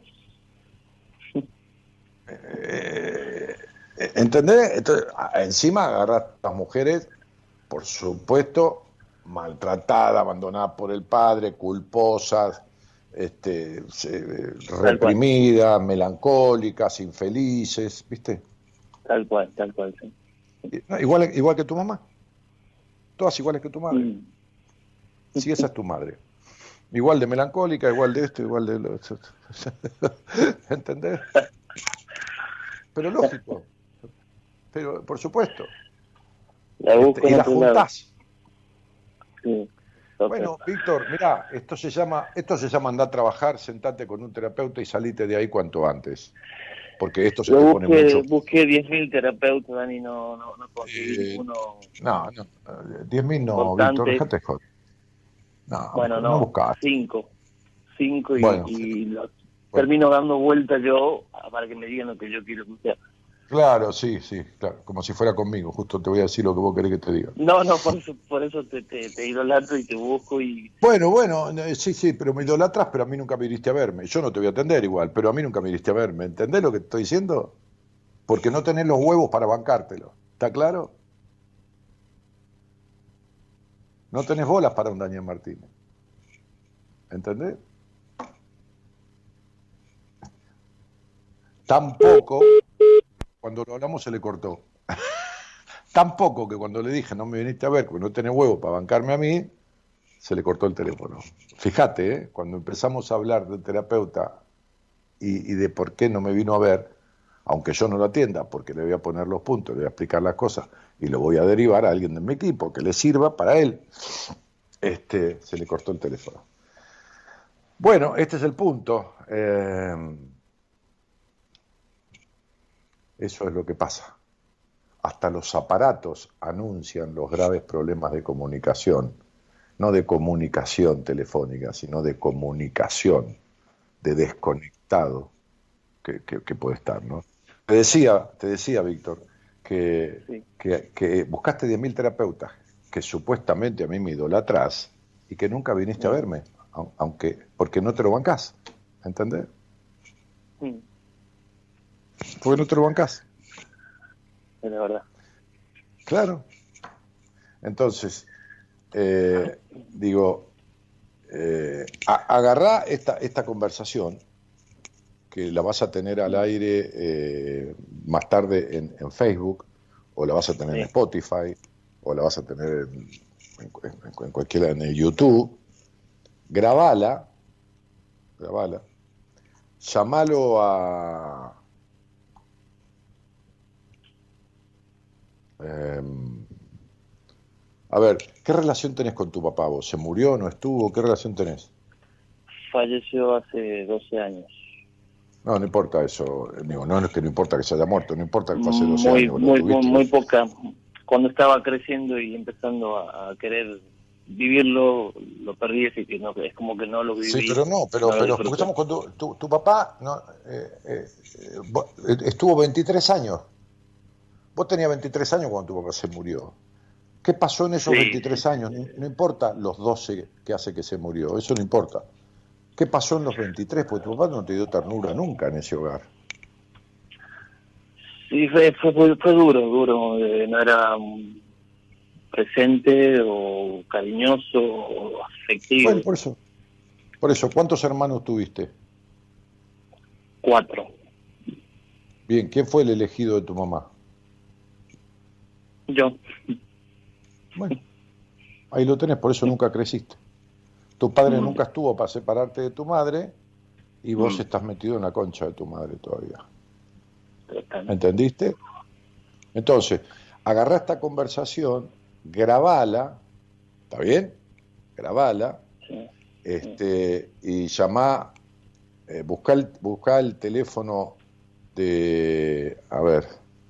¿Entendés? Entonces, encima agarras a las mujeres, por supuesto, maltratadas, abandonadas por el padre, culposas, reprimidas, melancólicas, infelices, ¿viste? Tal cual, sí. Igual que tu mamá. Todas iguales que tu madre. Si esa es tu madre. Igual de melancólica, igual de esto, igual de lo... ¿Entendés? Pero lógico. Pero, por supuesto. La busco y en la otro lado. juntás. Sí. Okay. Bueno, Víctor, mirá, esto se llama andar a trabajar, sentate con un terapeuta y salite de ahí cuanto antes. Porque esto se te pone mucho... Busqué 10.000 terapeutas, Dani, no conseguí ninguno. No, 10.000 no, importante. Víctor, déjate joder. No, bueno, no buscás. 5 y, bueno, termino dando vueltas yo para que me digan lo que yo quiero escuchar. Claro, sí, claro, como si fuera conmigo, justo te voy a decir lo que vos querés que te diga. No, por eso te idolatro y te busco y... Bueno, sí, pero me idolatras, pero a mí nunca me viniste a verme. Yo no te voy a atender igual, pero a mí nunca me viniste a verme. ¿Entendés lo que te estoy diciendo? Porque no tenés los huevos para bancártelo. ¿Está claro? No tenés bolas para un Daniel Martínez. ¿Entendés? Tampoco... Cuando lo hablamos se le cortó. Tampoco que cuando le dije no me viniste a ver porque no tenés huevo para bancarme a mí, se le cortó el teléfono. Fíjate, cuando empezamos a hablar del terapeuta y de por qué no me vino a ver, aunque yo no lo atienda, porque le voy a poner los puntos, le voy a explicar las cosas y lo voy a derivar a alguien de mi equipo que le sirva para él, se le cortó el teléfono. Bueno, este es el punto. Eso es lo que pasa. Hasta los aparatos anuncian los graves problemas de comunicación, no de comunicación telefónica, sino de comunicación, de desconectado que puede estar, ¿no? Te decía, Víctor, que buscaste 10.000 terapeutas, que supuestamente a mí me idolatrás y que nunca viniste a verme, porque no te lo bancás, ¿entendés? Porque no te lo bancás. Es la verdad. Claro. Entonces, agarrá esta conversación, que la vas a tener al aire más tarde en Facebook, o la vas a tener en Spotify, o la vas a tener en cualquiera, en el YouTube. Grabala, llamalo a... a ver, ¿qué relación tenés con tu papá vos? ¿Se murió, no estuvo? ¿Qué relación tenés? Falleció hace 12 años. No importa eso, digo, no es que no importa que se haya muerto, no importa que pase 12 años. Muy poca. Cuando estaba creciendo y empezando a querer vivirlo, lo perdí, así que no, es como que no lo viví. Sí, pero porque estamos con tu papá estuvo 23 años. Vos tenías 23 años cuando tu papá se murió. ¿Qué pasó en esos 23 años? No importa los 12 que hace que se murió, eso no importa. ¿Qué pasó en los 23? Porque tu papá no te dio ternura nunca en ese hogar. Sí, fue duro, no era presente o cariñoso o afectivo. Bueno, por eso, ¿cuántos hermanos tuviste? 4. Bien, ¿quién fue el elegido de tu mamá? Yo. Bueno, ahí lo tenés, por eso nunca creciste. Tu padre nunca estuvo para separarte de tu madre y vos estás metido en la concha de tu madre todavía. ¿Entendiste? Entonces, agarrá esta conversación, grabala, ¿está bien? Grabala, y llamá Buscá el teléfono de... A ver.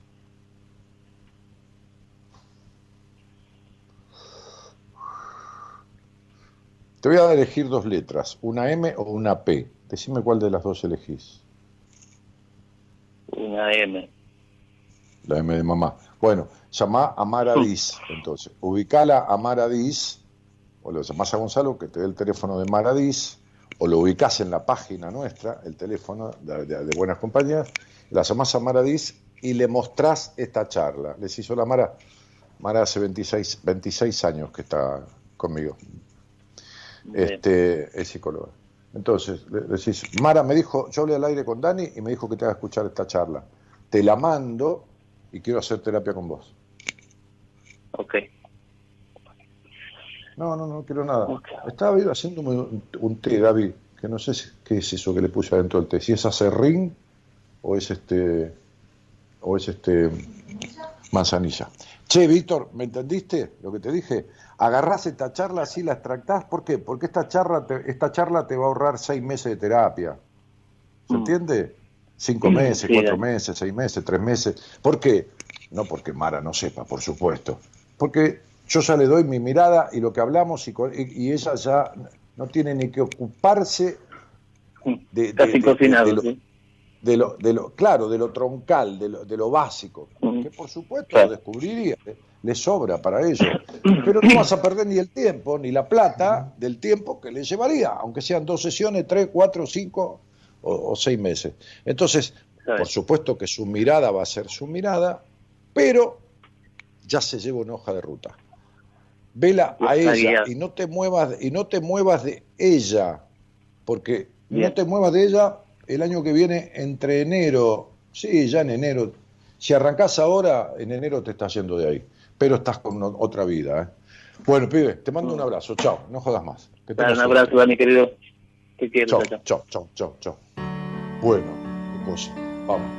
Te voy a elegir 2 letras, una M o una P. Decime cuál de las 2 elegís. Una M. La M de mamá. Bueno, llamá a Maradís, entonces. Ubicala a Maradís, o lo llamás a Gonzalo, que te dé el teléfono de Maradís, o lo ubicás en la página nuestra, el teléfono de Buenas Compañías, la llamás a Maradís y le mostrás esta charla. Le decís, hola Mara. Mara hace 26 años que está conmigo. Es psicóloga. Entonces, le decís, Mara me dijo, yo hablé al aire con Dani y me dijo que te haga escuchar esta charla. Te la mando y quiero hacer terapia con vos. Ok. No quiero nada. Okay. Estaba haciéndome un té, David, que no sé qué es eso que le puse adentro del té. Si es acerrín o es manzanilla. Che, Víctor, ¿me entendiste lo que te dije? Agarrás esta charla así, la extractás. ¿Por qué? Porque esta charla te va a ahorrar 6 meses de terapia. ¿Se entiende? 5 meses, Sí, 4 meses, 6 meses, 3 meses. ¿Por qué? No porque Mara no sepa, por supuesto. Porque yo ya le doy mi mirada y lo que hablamos y ella ya no tiene ni que ocuparse Casi cocinado, ¿sí? de lo troncal, de lo básico, que por supuesto lo descubriría, le sobra para ello, pero no vas a perder ni el tiempo, ni la plata del tiempo que le llevaría, aunque sean 2 sesiones, 3, 4, 5 o 6 meses. Entonces, por supuesto que su mirada va a ser su mirada, pero ya se lleva una hoja de ruta. Vela a ella y no te muevas de ella, porque no te muevas de ella el año que viene entre enero, sí, ya en enero. Si arrancás ahora, en enero te estás yendo de ahí, pero estás con otra vida, ¿eh? Bueno, pibe, te mando un abrazo, chao, no jodas más. Un abrazo, Dani, querido. Te quiero. Chao. Bueno, qué cosa, vamos.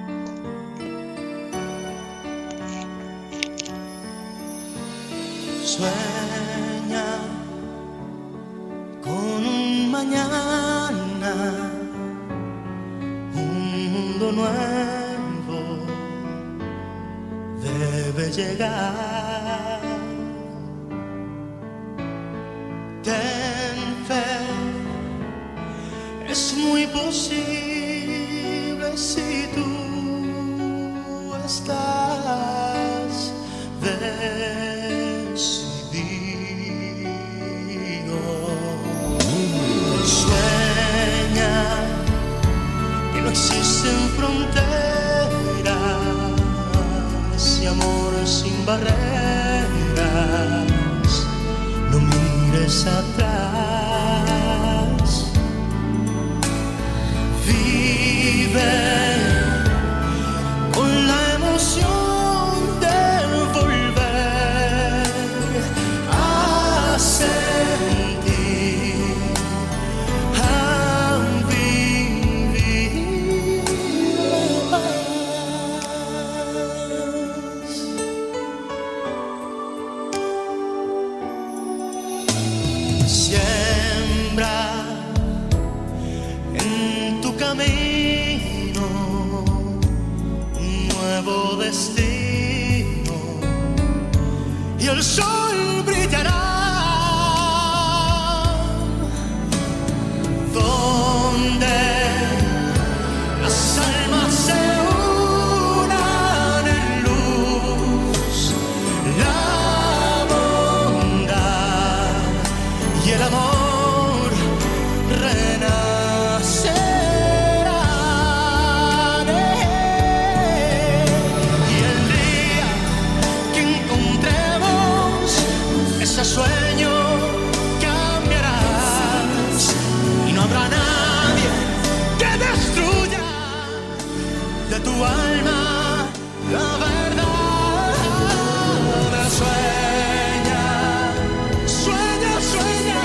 Sueña con un mañana, un mundo nuevo debe llegar. Ten fe, es muy posible si tú estás decidido. Sueña que no existen fronteras y amor sin barreras. No mires atrás. Vive con la emoción de volver a sentir, a vivir más. Siembra en tu camino un nuevo destino y el sol brillará donde las almas se unan en luz, la bondad y el amor renacerán. Y el día que encontremos ese sueño cambiarás y no habrá nadie que destruya de tu alma la verdad. Sueña.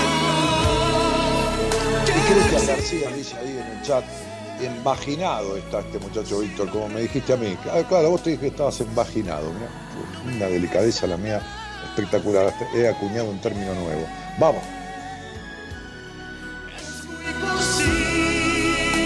Cristian García dice ahí en el chat, embaginado está este muchacho Víctor, como me dijiste a mí. Claro, vos te dije que estabas embaginado, mirá, una delicadeza la mía espectacular, he acuñado un término nuevo. Vamos. Es muy posible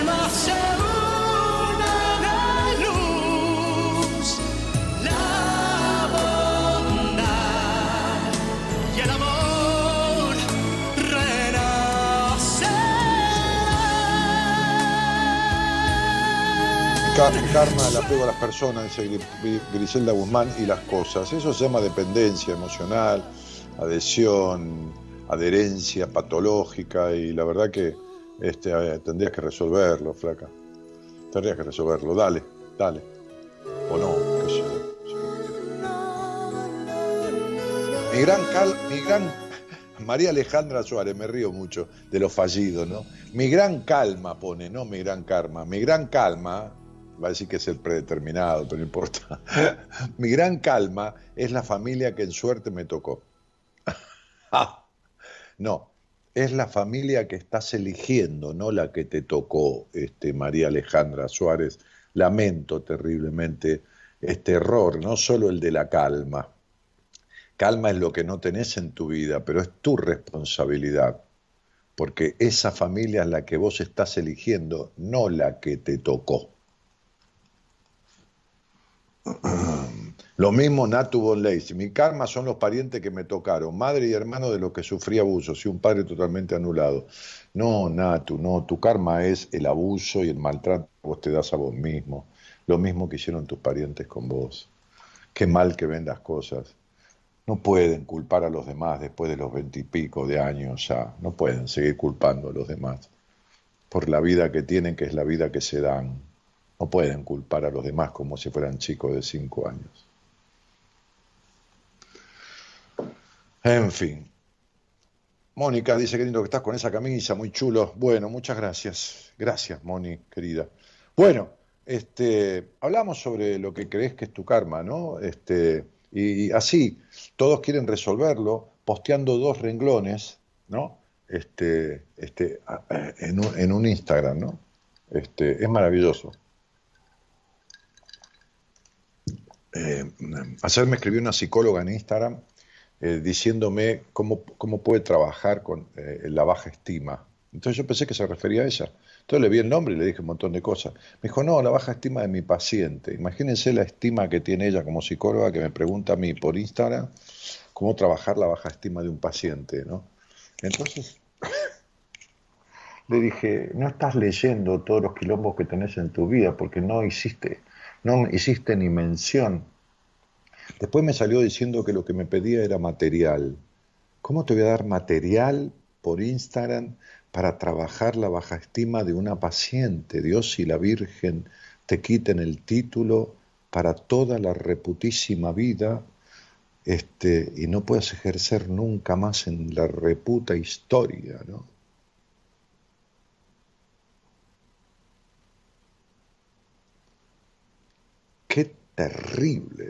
nace una luz, la bondad y el amor renacerán. Karma, el apego a las personas, dice Griselda Guzmán, y las cosas. Eso se llama dependencia emocional, adhesión, adherencia patológica, y la verdad que tendrías que resolverlo, flaca. Tendrías que resolverlo. Dale. O no, qué sé yo. Mi gran María Alejandra Suárez, me río mucho de los fallidos, ¿no? Mi gran calma pone, no mi gran karma. Mi gran calma, va a decir que es el predeterminado, pero no importa. Mi gran calma es la familia que en suerte me tocó. No, es la familia que estás eligiendo, no la que te tocó, María Alejandra Suárez. Lamento terriblemente este error, no solo el de la calma. Calma es lo que no tenés en tu vida, pero es tu responsabilidad, porque esa familia es la que vos estás eligiendo, no la que te tocó. Lo mismo Natu Von Lacey. Mi karma son los parientes que me tocaron, madre y hermano de los que sufrí abusos y un padre totalmente anulado. No, Natu, no, tu karma es el abuso y el maltrato que vos te das a vos mismo. Lo mismo que hicieron tus parientes con vos. Qué mal que ven las cosas. No pueden culpar a los demás después de los 20 y pico de años ya. No pueden seguir culpando a los demás por la vida que tienen, que es la vida que se dan. No pueden culpar a los demás como si fueran chicos de 5 años. En fin. Mónica dice, qué lindo que estás con esa camisa, muy chulo. Bueno, muchas gracias. Gracias, Moni, querida. Bueno, hablamos sobre lo que crees que es tu karma, ¿no? Y así, todos quieren resolverlo posteando 2 renglones, ¿no? En un Instagram, ¿no? Es maravilloso. Ayer me escribió una psicóloga en Instagram diciéndome cómo puede trabajar con la baja estima. Entonces yo pensé que se refería a ella. Entonces le vi el nombre y le dije un montón de cosas. Me dijo, no, la baja estima de mi paciente. Imagínense la estima que tiene ella como psicóloga, que me pregunta a mí por Instagram cómo trabajar la baja estima de un paciente, ¿no? Entonces le dije, no estás leyendo todos los quilombos que tenés en tu vida porque no hiciste ni mención. Después me salió diciendo que lo que me pedía era material. ¿Cómo te voy a dar material por Instagram para trabajar la baja estima de una paciente? Dios y la Virgen te quiten el título para toda la reputísima vida, y no puedas ejercer nunca más en la reputa historia, ¿no? Qué terrible.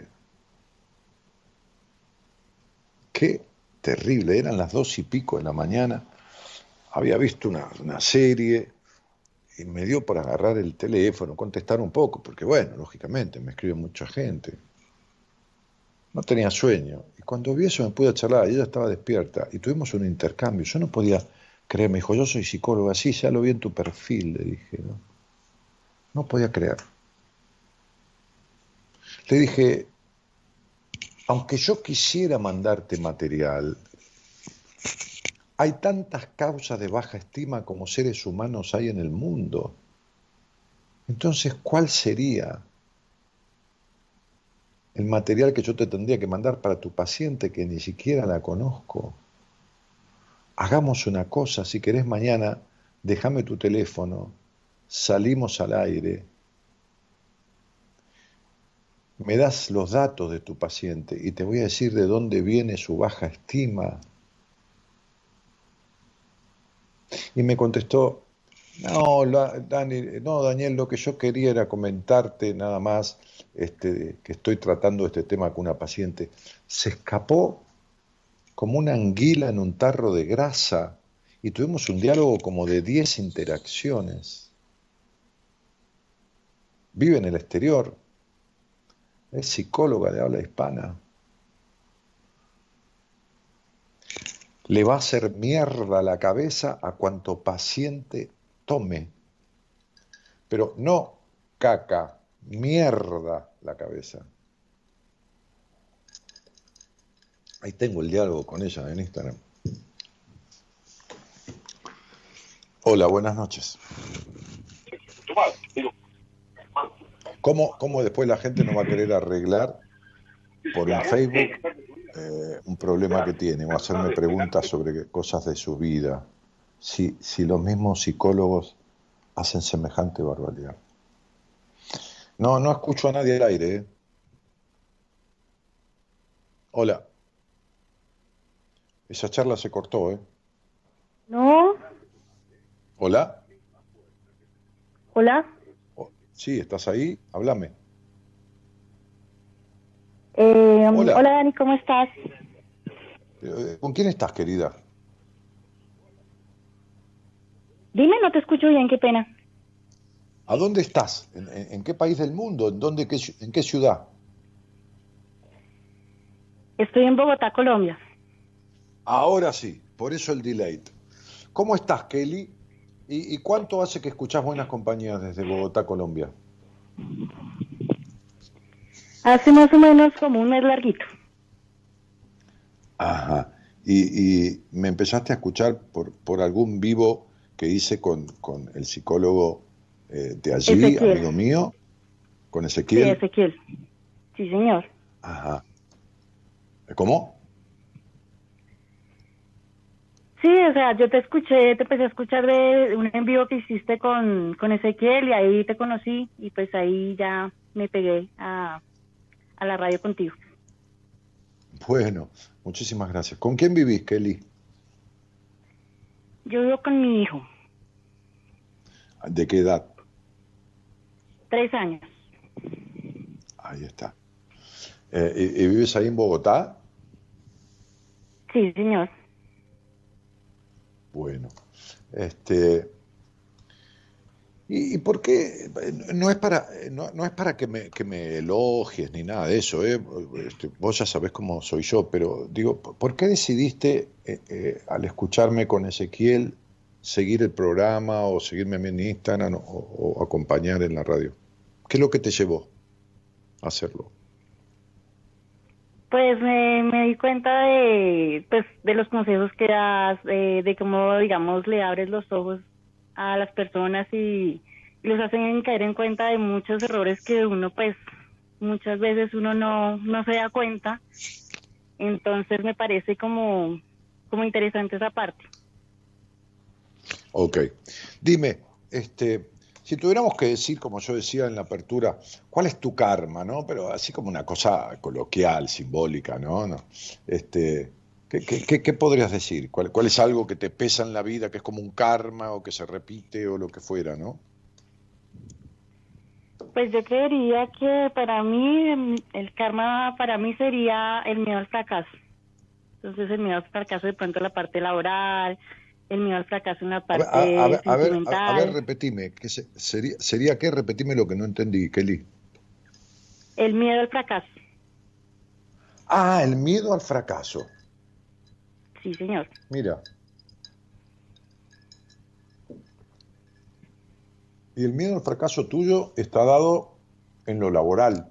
Qué terrible. Eran las 2 y pico de la mañana. Había visto una serie y me dio por agarrar el teléfono, contestar un poco, porque bueno, lógicamente, me escribe mucha gente. No tenía sueño. Y cuando vi eso me pude charlar, y ella estaba despierta, y tuvimos un intercambio. Yo no podía creer, me dijo, yo soy psicóloga, sí, ya lo vi en tu perfil, le dije, ¿no? No podía creer. Le dije, aunque yo quisiera mandarte material, hay tantas causas de baja estima como seres humanos hay en el mundo. Entonces, ¿cuál sería el material que yo te tendría que mandar para tu paciente que ni siquiera la conozco? Hagamos una cosa, si querés mañana, déjame tu teléfono, salimos al aire, me das los datos de tu paciente y te voy a decir de dónde viene su baja estima. Y me contestó, no, Daniel, lo que yo quería era comentarte nada más que estoy tratando este tema con una paciente. Se escapó como una anguila en un tarro de grasa y tuvimos un diálogo como de 10 interacciones. Vive en el exterior, es psicóloga de habla hispana. Le va a hacer mierda la cabeza a cuanto paciente tome. pero no caca, mierda la cabeza. Ahí tengo el diálogo con ella en Instagram. Hola, buenas noches. ¿Cómo después la gente no va a querer arreglar por un Facebook un problema que tiene o hacerme preguntas sobre cosas de su vida? Si los mismos psicólogos hacen semejante barbaridad. No escucho a nadie al aire, ¿eh? Hola. Esa charla se cortó, ¿eh? No. Hola. Hola. Sí, ¿estás ahí? Háblame. Hola, Dani, ¿cómo estás? ¿Con quién estás, querida? Dime, no te escucho bien, qué pena. ¿A dónde estás? ¿En qué país del mundo? ¿En qué ciudad? Estoy en Bogotá, Colombia. Ahora sí, por eso el delay. ¿Cómo estás, Kelly? ¿Y cuánto hace que escuchás Buenas Compañías desde Bogotá, Colombia? Hace más o menos como un mes larguito. Ajá. ¿Y me empezaste a escuchar por algún vivo que hice con el psicólogo de allí, Ezequiel. amigo mío? ¿Con Ezequiel? Sí, Ezequiel. Sí, señor. Ajá. ¿Cómo? Sí, o sea, yo te empecé a escuchar de un en vivo que hiciste con Ezequiel y ahí te conocí y pues ahí ya me pegué a la radio contigo. Bueno, muchísimas gracias. ¿Con quién vivís, Kelly? Yo vivo con mi hijo, ¿De qué edad? 3 años. Ahí está. ¿Y vives ahí en Bogotá? Sí, señor. Bueno, ¿y por qué? No es para que me elogies ni nada de eso, ¿eh? Vos ya sabés cómo soy yo, pero digo, ¿por qué decidiste al escucharme con Ezequiel seguir el programa o seguirme a mí en Instagram o acompañar en la radio? ¿Qué es lo que te llevó a hacerlo? Pues me di cuenta de los consejos que das, de cómo, digamos, le abres los ojos a las personas y los hacen caer en cuenta de muchos errores que uno, pues, muchas veces uno no se da cuenta. Entonces me parece como interesante esa parte. Ok. Dime, si tuviéramos que decir, como yo decía en la apertura, ¿cuál es tu karma, no? Pero así como una cosa coloquial, simbólica, ¿no? ¿Qué podrías decir? ¿Cuál es algo que te pesa en la vida, que es como un karma o que se repite o lo que fuera, no? Pues yo creería que para mí, el karma para mí sería el miedo al fracaso. Entonces el miedo al fracaso de pronto en la parte laboral, el miedo al fracaso en la parte sentimental. A ver, repetime, ¿sería qué? Repetime lo que no entendí, Kelly. El miedo al fracaso. Ah, el miedo al fracaso. Sí, señor. Mira. Y el miedo al fracaso tuyo está dado en lo laboral.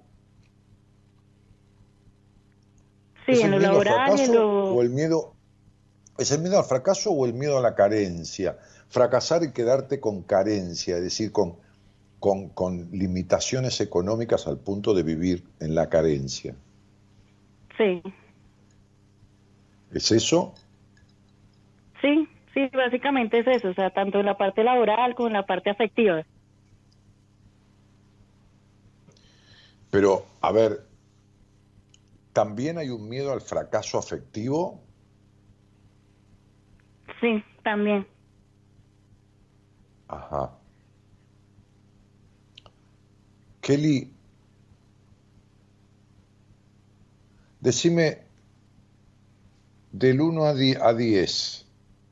Sí, en lo laboral. ¿O el miedo? ¿Es el miedo al fracaso o el miedo a la carencia? Fracasar y quedarte con carencia, es decir, con limitaciones económicas al punto de vivir en la carencia. Sí. ¿Es eso? Sí, básicamente es eso, o sea, tanto en la parte laboral como en la parte afectiva. Pero, a ver, ¿también hay un miedo al fracaso afectivo? Sí, también. Ajá. Kelly, decime del 1 a 10,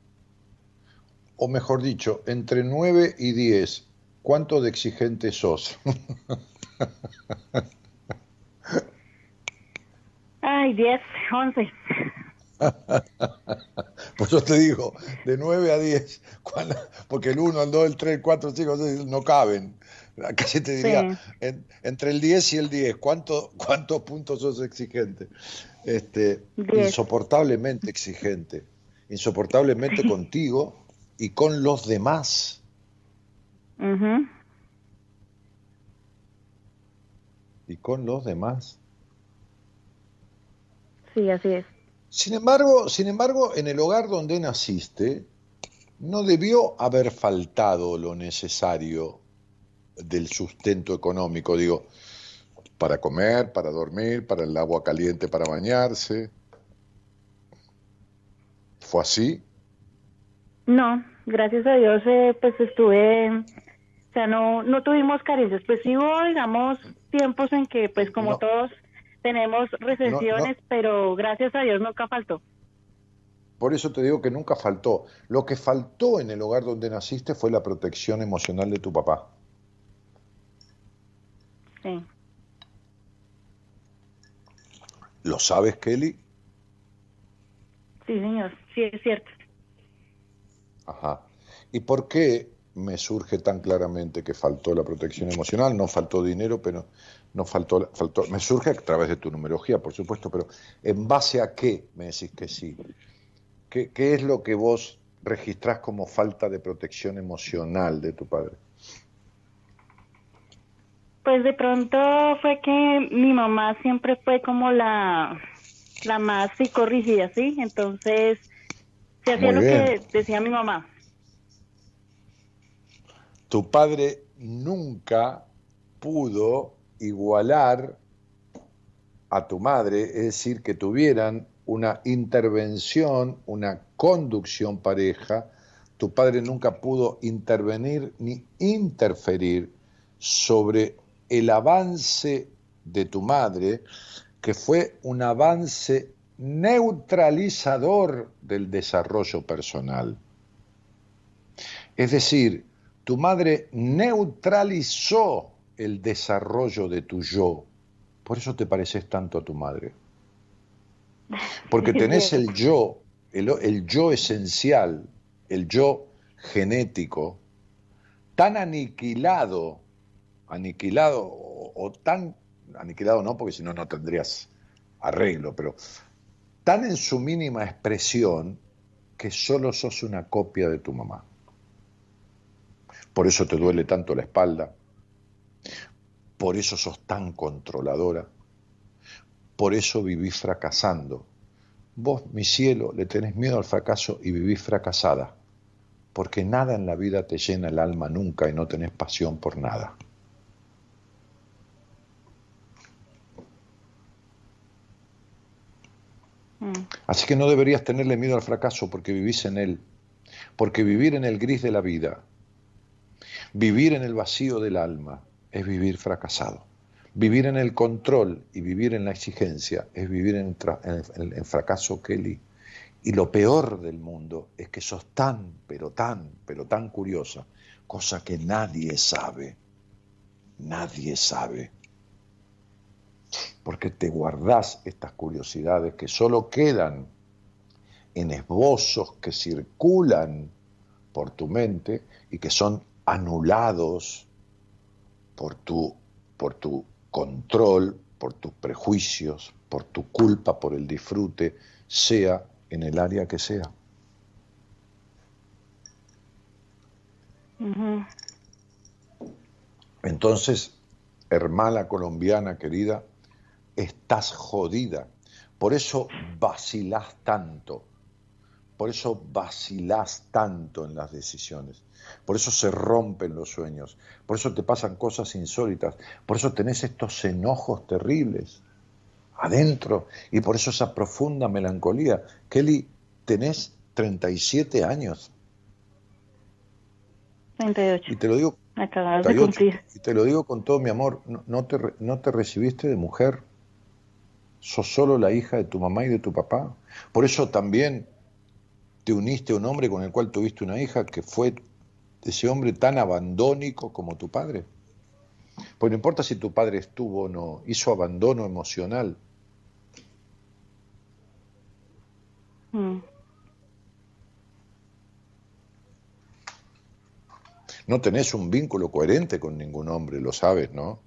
o mejor dicho, entre 9 y 10, ¿cuánto de exigente sos? Ay, 10, 11. Pues yo te digo, de 9 a 10, porque el 1, el 2, el 3, el 4, el 5, el 6 no caben. Casi te diría, Sí. entre el 10 y el 10, ¿cuántos puntos sos exigente? 10. Insoportablemente exigente, insoportablemente contigo y con los demás. Ujú. Y con los demás. Sí, así es. Sin embargo, en el hogar donde naciste, no debió haber faltado lo necesario del sustento económico, digo, para comer, para dormir, para el agua caliente para bañarse. ¿Fue así? No, gracias a Dios, pues estuve, o sea, no tuvimos carencias. Pues sí hubo, digamos, tiempos en que, pues como No, todos, tenemos no, recesiones, pero gracias a Dios nunca faltó. por eso te digo que nunca faltó. Lo que faltó en el hogar donde naciste fue la protección emocional de tu papá. Sí. ¿Lo sabes, Kelly? Sí, señor, sí es cierto. Ajá. ¿Y por qué me surge tan claramente que faltó la protección emocional? No faltó dinero, pero no faltó. Me surge a través de tu numerología, por supuesto, pero ¿en base a qué me decís que sí? ¿Qué es lo que vos registrás como falta de protección emocional de tu padre? Pues de pronto fue que mi mamá siempre fue como la más psicorrígida, ¿sí? Entonces se hacía Muy lo bien. que decía mi mamá. Tu padre nunca pudo igualar a tu madre, es decir, que tuvieran una intervención, una conducción pareja. Tu padre nunca pudo intervenir ni interferir sobre el avance de tu madre, que fue un avance neutralizador del desarrollo personal. Es decir, tu madre neutralizó el desarrollo de tu yo. Por eso te pareces tanto a tu madre. Porque tenés Sí. el yo esencial, el yo genético, tan aniquilado o tan aniquilado no, porque si no, no tendrías arreglo, pero tan en su mínima expresión que solo sos una copia de tu mamá. Por eso te duele tanto la espalda, por eso sos tan controladora, por eso vivís fracasando. Vos, mi cielo, le tenés miedo al fracaso y vivís fracasada, porque nada en la vida te llena el alma nunca y no tenés pasión por nada. Así que no deberías tenerle miedo al fracaso porque vivís en él, porque vivir en el gris de la vida, vivir en el vacío del alma, es vivir fracasado. Vivir en el control y vivir en la exigencia es vivir en fracaso, Kelly. Y lo peor del mundo es que sos tan, pero tan curiosa, cosa que nadie sabe, porque te guardás estas curiosidades que solo quedan en esbozos que circulan por tu mente y que son anulados por tu control, por tus prejuicios, por tu culpa, por el disfrute, sea en el área que sea. Uh-huh. Entonces, hermana colombiana querida, estás jodida. Por eso vacilás tanto. Por eso vacilás tanto en las decisiones. Por eso se rompen los sueños. Por eso te pasan cosas insólitas. Por eso tenés estos enojos terribles adentro. Y por eso esa profunda melancolía. Kelly, tenés 37 años. 38. Y te lo digo, Acabas de cumplir. y te lo digo con todo mi amor. No te recibiste de mujer. Sos solo la hija de tu mamá y de tu papá. Por eso también te uniste a un hombre con el cual tuviste una hija que fue ese hombre tan abandónico como tu padre. Pues no importa si tu padre estuvo o no, hizo abandono emocional. Mm. No tenés un vínculo coherente con ningún hombre, lo sabes, ¿no?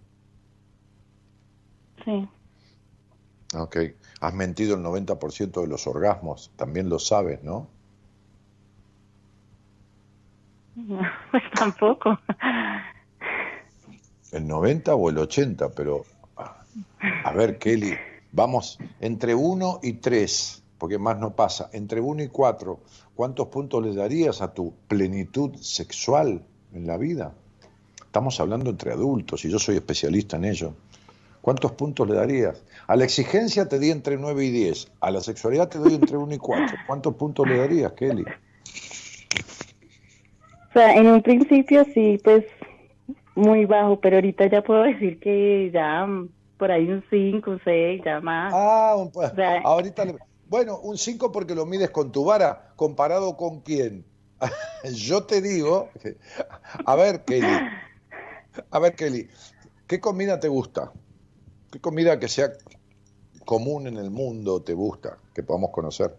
Sí. Ok. Has mentido el 90% de los orgasmos, también lo sabes, ¿no? No, pues tampoco. El 90 o el 80, pero a ver, Kelly, vamos entre 1 y 3, porque más no pasa, entre 1 y 4, ¿cuántos puntos le darías a tu plenitud sexual en la vida? Estamos hablando entre adultos y yo soy especialista en ello. ¿Cuántos puntos le darías? A la exigencia te di entre 9 y 10, a la sexualidad te doy entre 1 y 4. ¿Cuántos puntos le darías, Kelly? O sea, en un principio sí, pues muy bajo, pero ahorita ya puedo decir que ya por ahí un 5, un 6, ya más. O sea, ahorita bueno, un 5 porque lo mides con tu vara, ¿comparado con quién? Yo te digo, a ver, Kelly, ¿qué comida te gusta? ¿Qué comida que sea común en el mundo te gusta, que podamos conocer?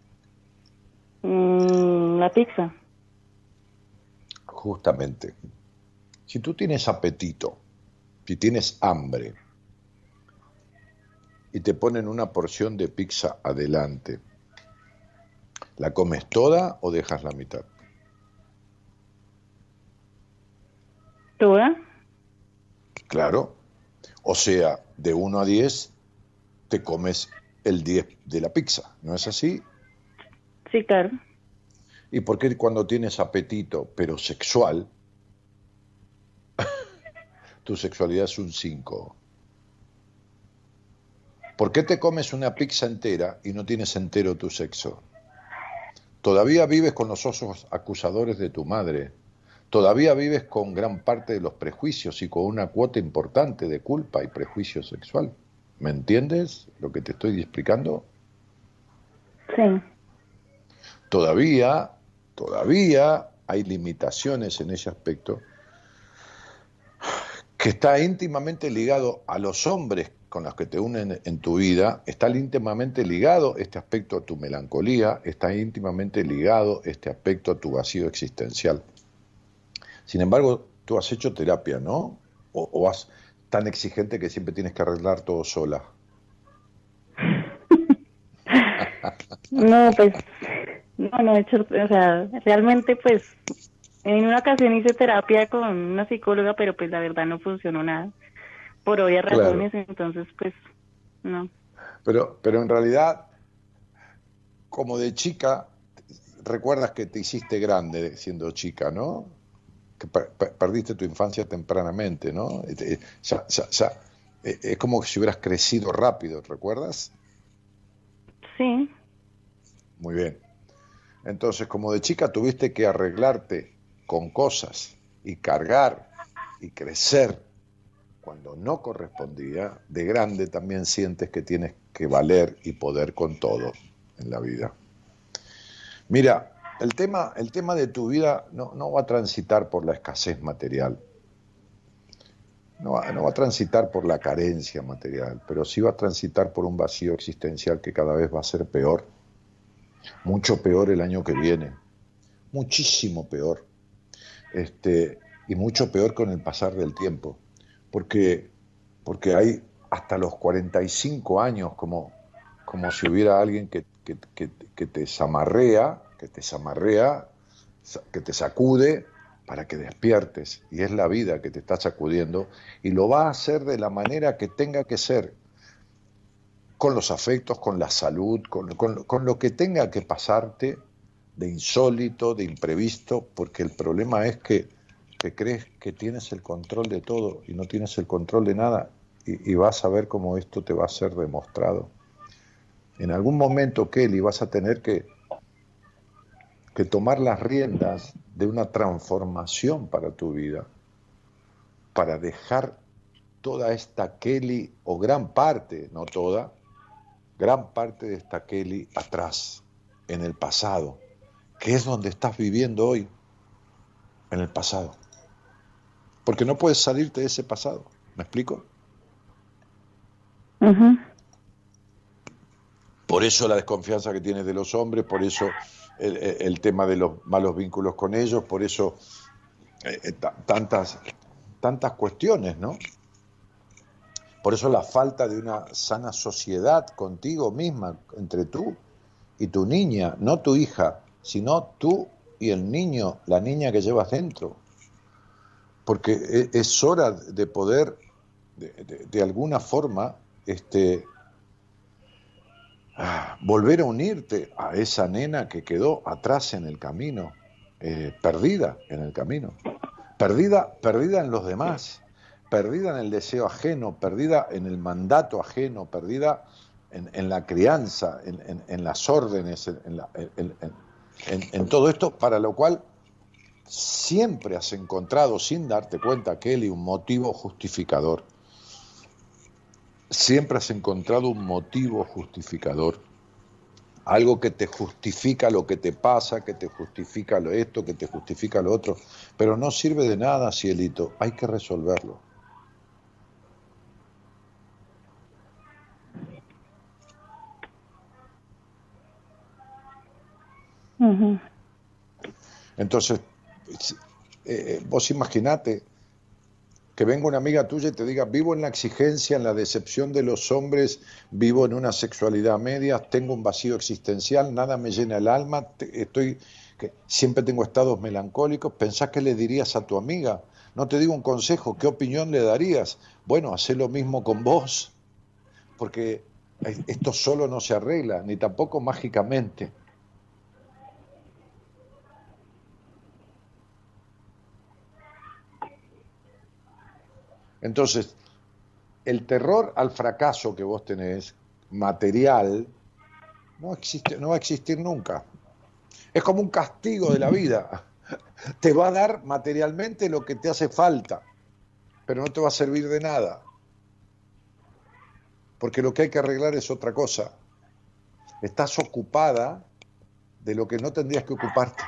la pizza. Justamente. Si tú tienes apetito, si tienes hambre, y te ponen una porción de pizza adelante, ¿la comes toda o dejas la mitad? ¿Toda? Claro. O sea, de 1 a 10 te comes el 10 de la pizza, ¿no es así? Sí, claro. ¿Y por qué cuando tienes apetito, pero sexual, tu sexualidad es un 5? ¿Por qué te comes una pizza entera y no tienes entero tu sexo? Todavía vives con los ojos acusadores de tu madre. Todavía vives con gran parte de los prejuicios y con una cuota importante de culpa y prejuicio sexual. ¿Me entiendes lo que te estoy explicando? Sí. Todavía hay limitaciones en ese aspecto que está íntimamente ligado a los hombres con los que te unen en tu vida, está íntimamente ligado este aspecto a tu melancolía, está íntimamente ligado este aspecto a tu vacío existencial. Sin embargo, tú has hecho terapia, ¿no? ¿O vas tan exigente que siempre tienes que arreglar todo sola? No, pues, no he hecho, o sea, realmente pues, en una ocasión hice terapia con una psicóloga, pero pues la verdad no funcionó nada, por obvias razones, entonces pues, no. Pero en realidad, como de chica, recuerdas que te hiciste grande siendo chica, ¿no? Que perdiste tu infancia tempranamente, ¿no? Es como si hubieras crecido rápido, ¿recuerdas? Sí. Muy bien. Entonces, como de chica tuviste que arreglarte con cosas y cargar y crecer cuando no correspondía, de grande también sientes que tienes que valer y poder con todo en la vida. Mira, el tema de tu vida no va a transitar por la escasez material, no va a transitar por la carencia material, pero sí va a transitar por un vacío existencial que cada vez va a ser peor, mucho peor el año que viene, muchísimo peor, y mucho peor con el pasar del tiempo, porque hay hasta los 45 años como si hubiera alguien que te zamarrea, que te sacude para que despiertes, y es la vida que te está sacudiendo, y lo va a hacer de la manera que tenga que ser, con los afectos, con la salud, con lo que tenga que pasarte de insólito, de imprevisto, porque el problema es que crees que tienes el control de todo y no tienes el control de nada, y vas a ver cómo esto te va a ser demostrado. En algún momento, Kelly, vas a tener que tomar las riendas de una transformación para tu vida, para dejar toda esta Kelly, o gran parte, no toda, gran parte de esta Kelly atrás, en el pasado, que es donde estás viviendo hoy, en el pasado. Porque no puedes salirte de ese pasado, ¿me explico? Uh-huh. Por eso la desconfianza que tienes de los hombres, por eso el tema de los malos vínculos con ellos, por eso tantas cuestiones, ¿no? Por eso la falta de una sana sociedad contigo misma, entre tú y tu niña, no tu hija, sino tú y el niño, la niña que llevas dentro. Porque es hora de poder, de alguna forma, volver a unirte a esa nena que quedó atrás en el camino, perdida en el camino, perdida en los demás, perdida en el deseo ajeno, perdida en el mandato ajeno, perdida en la crianza, en las órdenes, en todo esto, para lo cual siempre has encontrado, sin darte cuenta, Kelly, un motivo justificador. Siempre has encontrado un motivo justificador, algo que te justifica lo que te pasa, que te justifica esto, que te justifica lo otro, pero no sirve de nada, cielito, hay que resolverlo. Uh-huh. Entonces, vos imaginate que venga una amiga tuya y te diga, vivo en la exigencia, en la decepción de los hombres, vivo en una sexualidad media, tengo un vacío existencial, nada me llena el alma, siempre tengo estados melancólicos. ¿Pensás que le dirías a tu amiga? No te digo un consejo, ¿qué opinión le darías? Bueno, hacé lo mismo con vos, porque esto solo no se arregla, ni tampoco mágicamente. Entonces, el terror al fracaso que vos tenés, material, no va a existir nunca. Es como un castigo de la vida. Te va a dar materialmente lo que te hace falta, pero no te va a servir de nada. Porque lo que hay que arreglar es otra cosa. Estás ocupada de lo que no tendrías que ocuparte.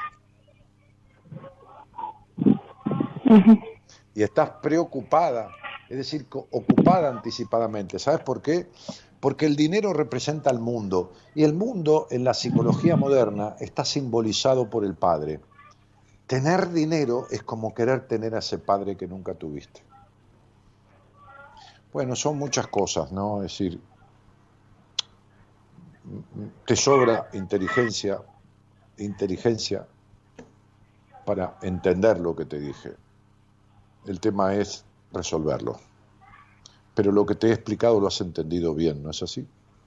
Uh-huh. Y estás preocupada, es decir, ocupada anticipadamente. ¿Sabes por qué? Porque el dinero representa al mundo, y el mundo en la psicología moderna está simbolizado por el padre. Tener dinero es como querer tener a ese padre que nunca tuviste. Bueno, son muchas cosas, ¿no? Es decir, te sobra inteligencia para entender lo que te dije. El tema es resolverlo. Pero lo que te he explicado lo has entendido bien, ¿no es así?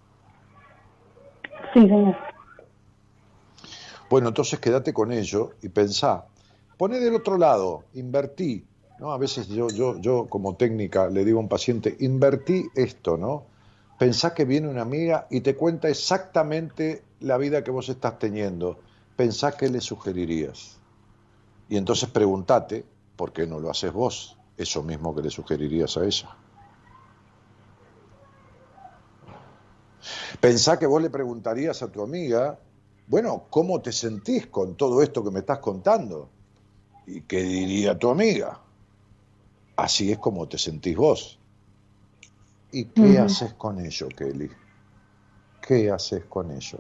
Sí, señor. Bueno, entonces quédate con ello y pensá. Poné del otro lado, invertí, ¿no? A veces yo como técnica le digo a un paciente, invertí esto, ¿no? Pensá que viene una amiga y te cuenta exactamente la vida que vos estás teniendo. Pensá qué le sugerirías. Y entonces pregúntate, ¿por qué no lo haces vos? Eso mismo que le sugerirías a ella. Pensá que vos le preguntarías a tu amiga, bueno, ¿cómo te sentís con todo esto que me estás contando? ¿Y qué diría tu amiga? Así es como te sentís vos. ¿Y qué haces con ello, Kelly? ¿Qué haces con ello?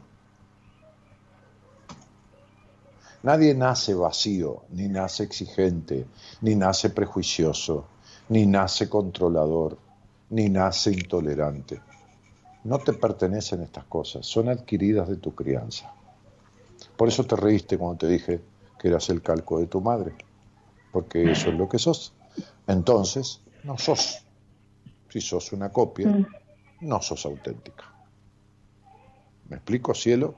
Nadie nace vacío, ni nace exigente, ni nace prejuicioso, ni nace controlador, ni nace intolerante. No te pertenecen estas cosas, son adquiridas de tu crianza. Por eso te reíste cuando te dije que eras el calco de tu madre, porque eso es lo que sos. Entonces, no sos. Si sos una copia, no sos auténtica. ¿Me explico, cielo?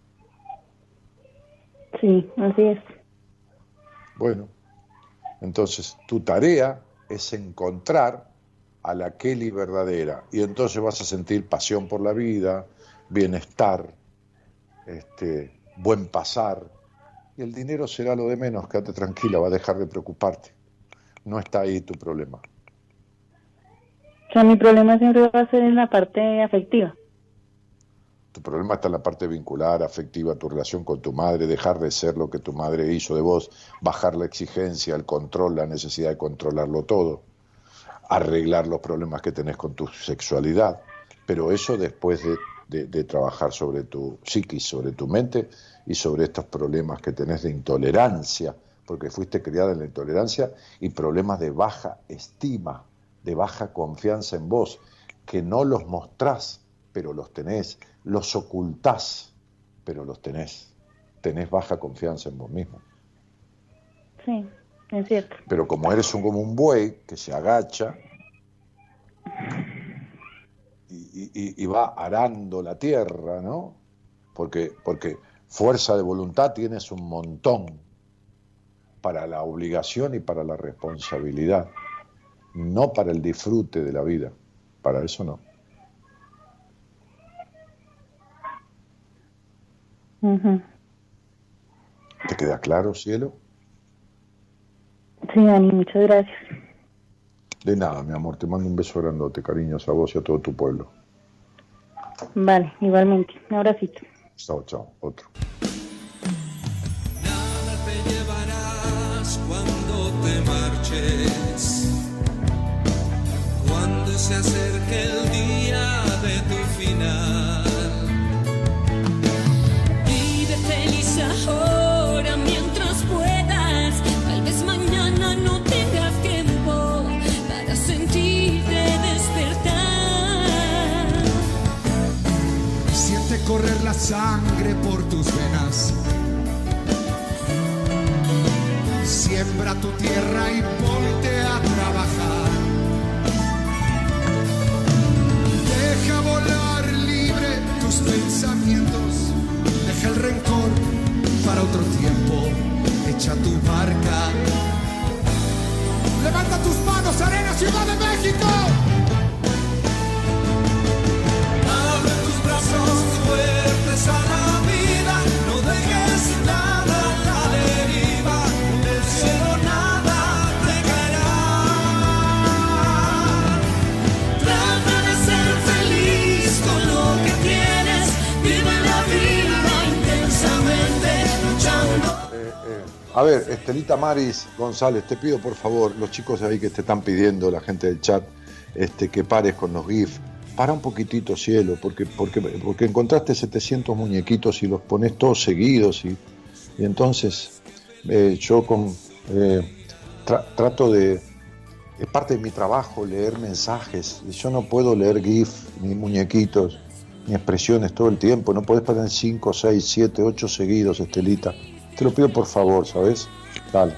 Sí, así es. Bueno, entonces tu tarea es encontrar a la Kelly verdadera, y entonces vas a sentir pasión por la vida, bienestar, buen pasar, y el dinero será lo de menos. Quédate tranquila, va a dejar de preocuparte. No está ahí tu problema. O sea, mi problema siempre va a ser en la parte afectiva. Tu problema está en la parte vincular, afectiva, tu relación con tu madre, dejar de ser lo que tu madre hizo de vos, bajar la exigencia, el control, la necesidad de controlarlo todo, arreglar los problemas que tenés con tu sexualidad, pero eso después de trabajar sobre tu psiquis, sobre tu mente y sobre estos problemas que tenés de intolerancia, porque fuiste criada en la intolerancia, y problemas de baja estima, de baja confianza en vos, que no los mostrás, pero los tenés, los ocultás, pero los tenés. Tenés baja confianza en vos mismo. Sí, es cierto. Pero como eres como un buey que se agacha y va arando la tierra, ¿no? Porque fuerza de voluntad tienes un montón para la obligación y para la responsabilidad, no para el disfrute de la vida. Para eso no. Ujú. ¿Te queda claro, cielo? Sí, Dani, muchas gracias. De nada, mi amor, te mando un beso grandote, cariños a vos y a todo tu pueblo. Vale, igualmente. Un abracito. Chao, chao. Otro. Nada te llevarás cuando te marches, cuando se acerque el día de tu final. Vive feliz ahora mientras puedas, tal vez mañana no tengas tiempo para sentirte despertar. Siente correr la sangre por tus venas. Siembra tu tierra y ponte a trabajar. Deja volar libre tus pensamientos. Deja el rencor para otro tiempo. Echa tu barca. Levanta tus manos, Arena, Ciudad de México. Abre tus brazos fuertes a la vida, no dejes nada a la deriva, del cielo nada te caerá. Trata de ser feliz con lo que tienes, vive la vida intensamente, luchando. A ver, Estelita Maris González, te pido por favor, los chicos ahí que te están pidiendo, la gente del chat, que pares con los GIF. Para un poquitito, cielo, porque encontraste 700 muñequitos y los pones todos seguidos y entonces yo trato de, es parte de mi trabajo leer mensajes, y yo no puedo leer GIF, ni muñequitos, ni expresiones todo el tiempo, no podés poner 5, 6, 7, 8 seguidos, Estelita. Te lo pido por favor, ¿sabes? Dale.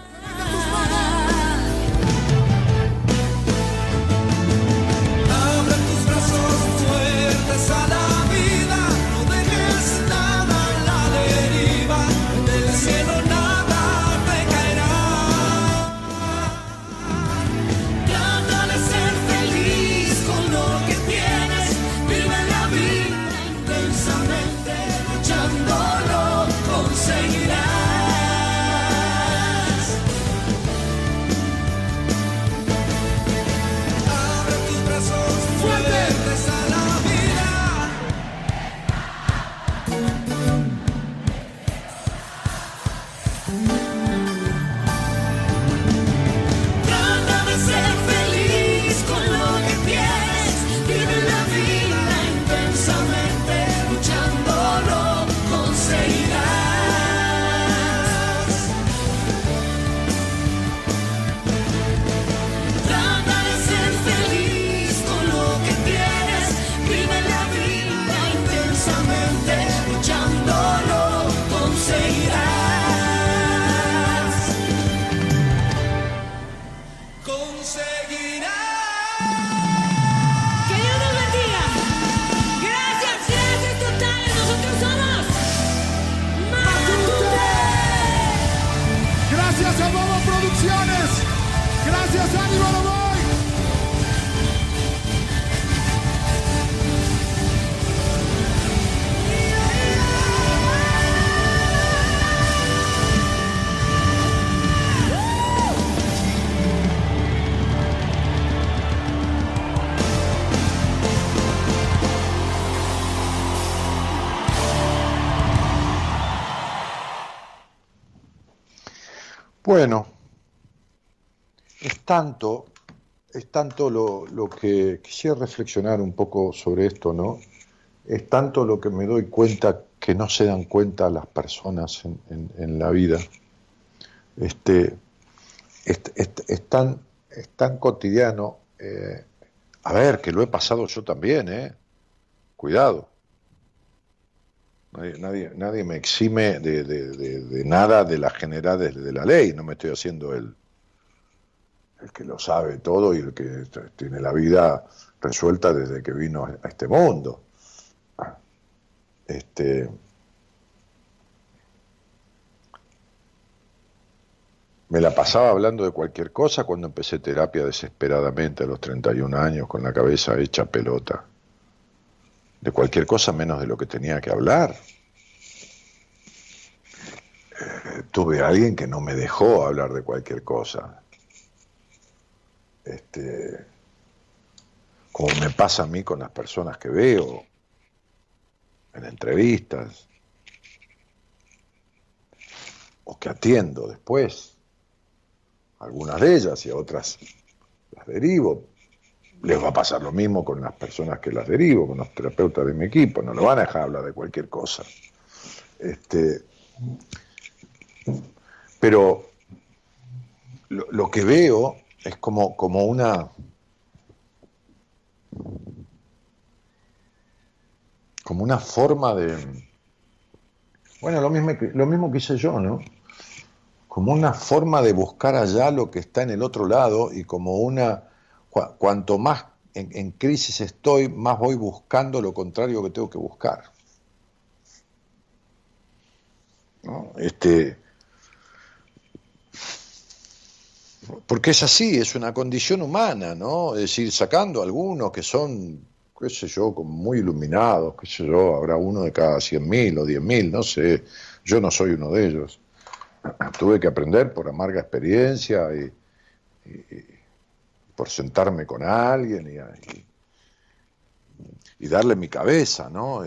Bueno, es tanto lo que quisiera reflexionar un poco sobre esto, ¿no? es tanto lo que me doy cuenta que no se dan cuenta las personas en la vida. Es tan cotidiano. A ver, que lo he pasado yo también, cuidado. Nadie me exime de nada de las generales de la ley. No me estoy haciendo el que lo sabe todo y el que tiene la vida resuelta desde que vino a este mundo. Me la pasaba hablando de cualquier cosa cuando empecé terapia desesperadamente a los 31 años, con la cabeza hecha pelota. De cualquier cosa menos de lo que tenía que hablar. Tuve a alguien que no me dejó hablar de cualquier cosa. Como me pasa a mí con las personas que veo en entrevistas o que atiendo después. Algunas de ellas y a otras las derivo. Les va a pasar lo mismo con las personas que las derivo, con los terapeutas de mi equipo. No lo van a dejar hablar de cualquier cosa. Pero lo que veo es como una forma de... Bueno, lo mismo que hice yo, ¿no? Como una forma de buscar allá lo que está en el otro lado y como cuanto más en crisis estoy, más voy buscando lo contrario que tengo que buscar, ¿no? Porque es así, es una condición humana, ¿no? Es decir, sacando algunos que son, qué sé yo, como muy iluminados, qué sé yo, habrá uno de cada 100.000 o 10.000, no sé, yo no soy uno de ellos. Tuve que aprender por amarga experiencia y por sentarme con alguien y darle mi cabeza, ¿no?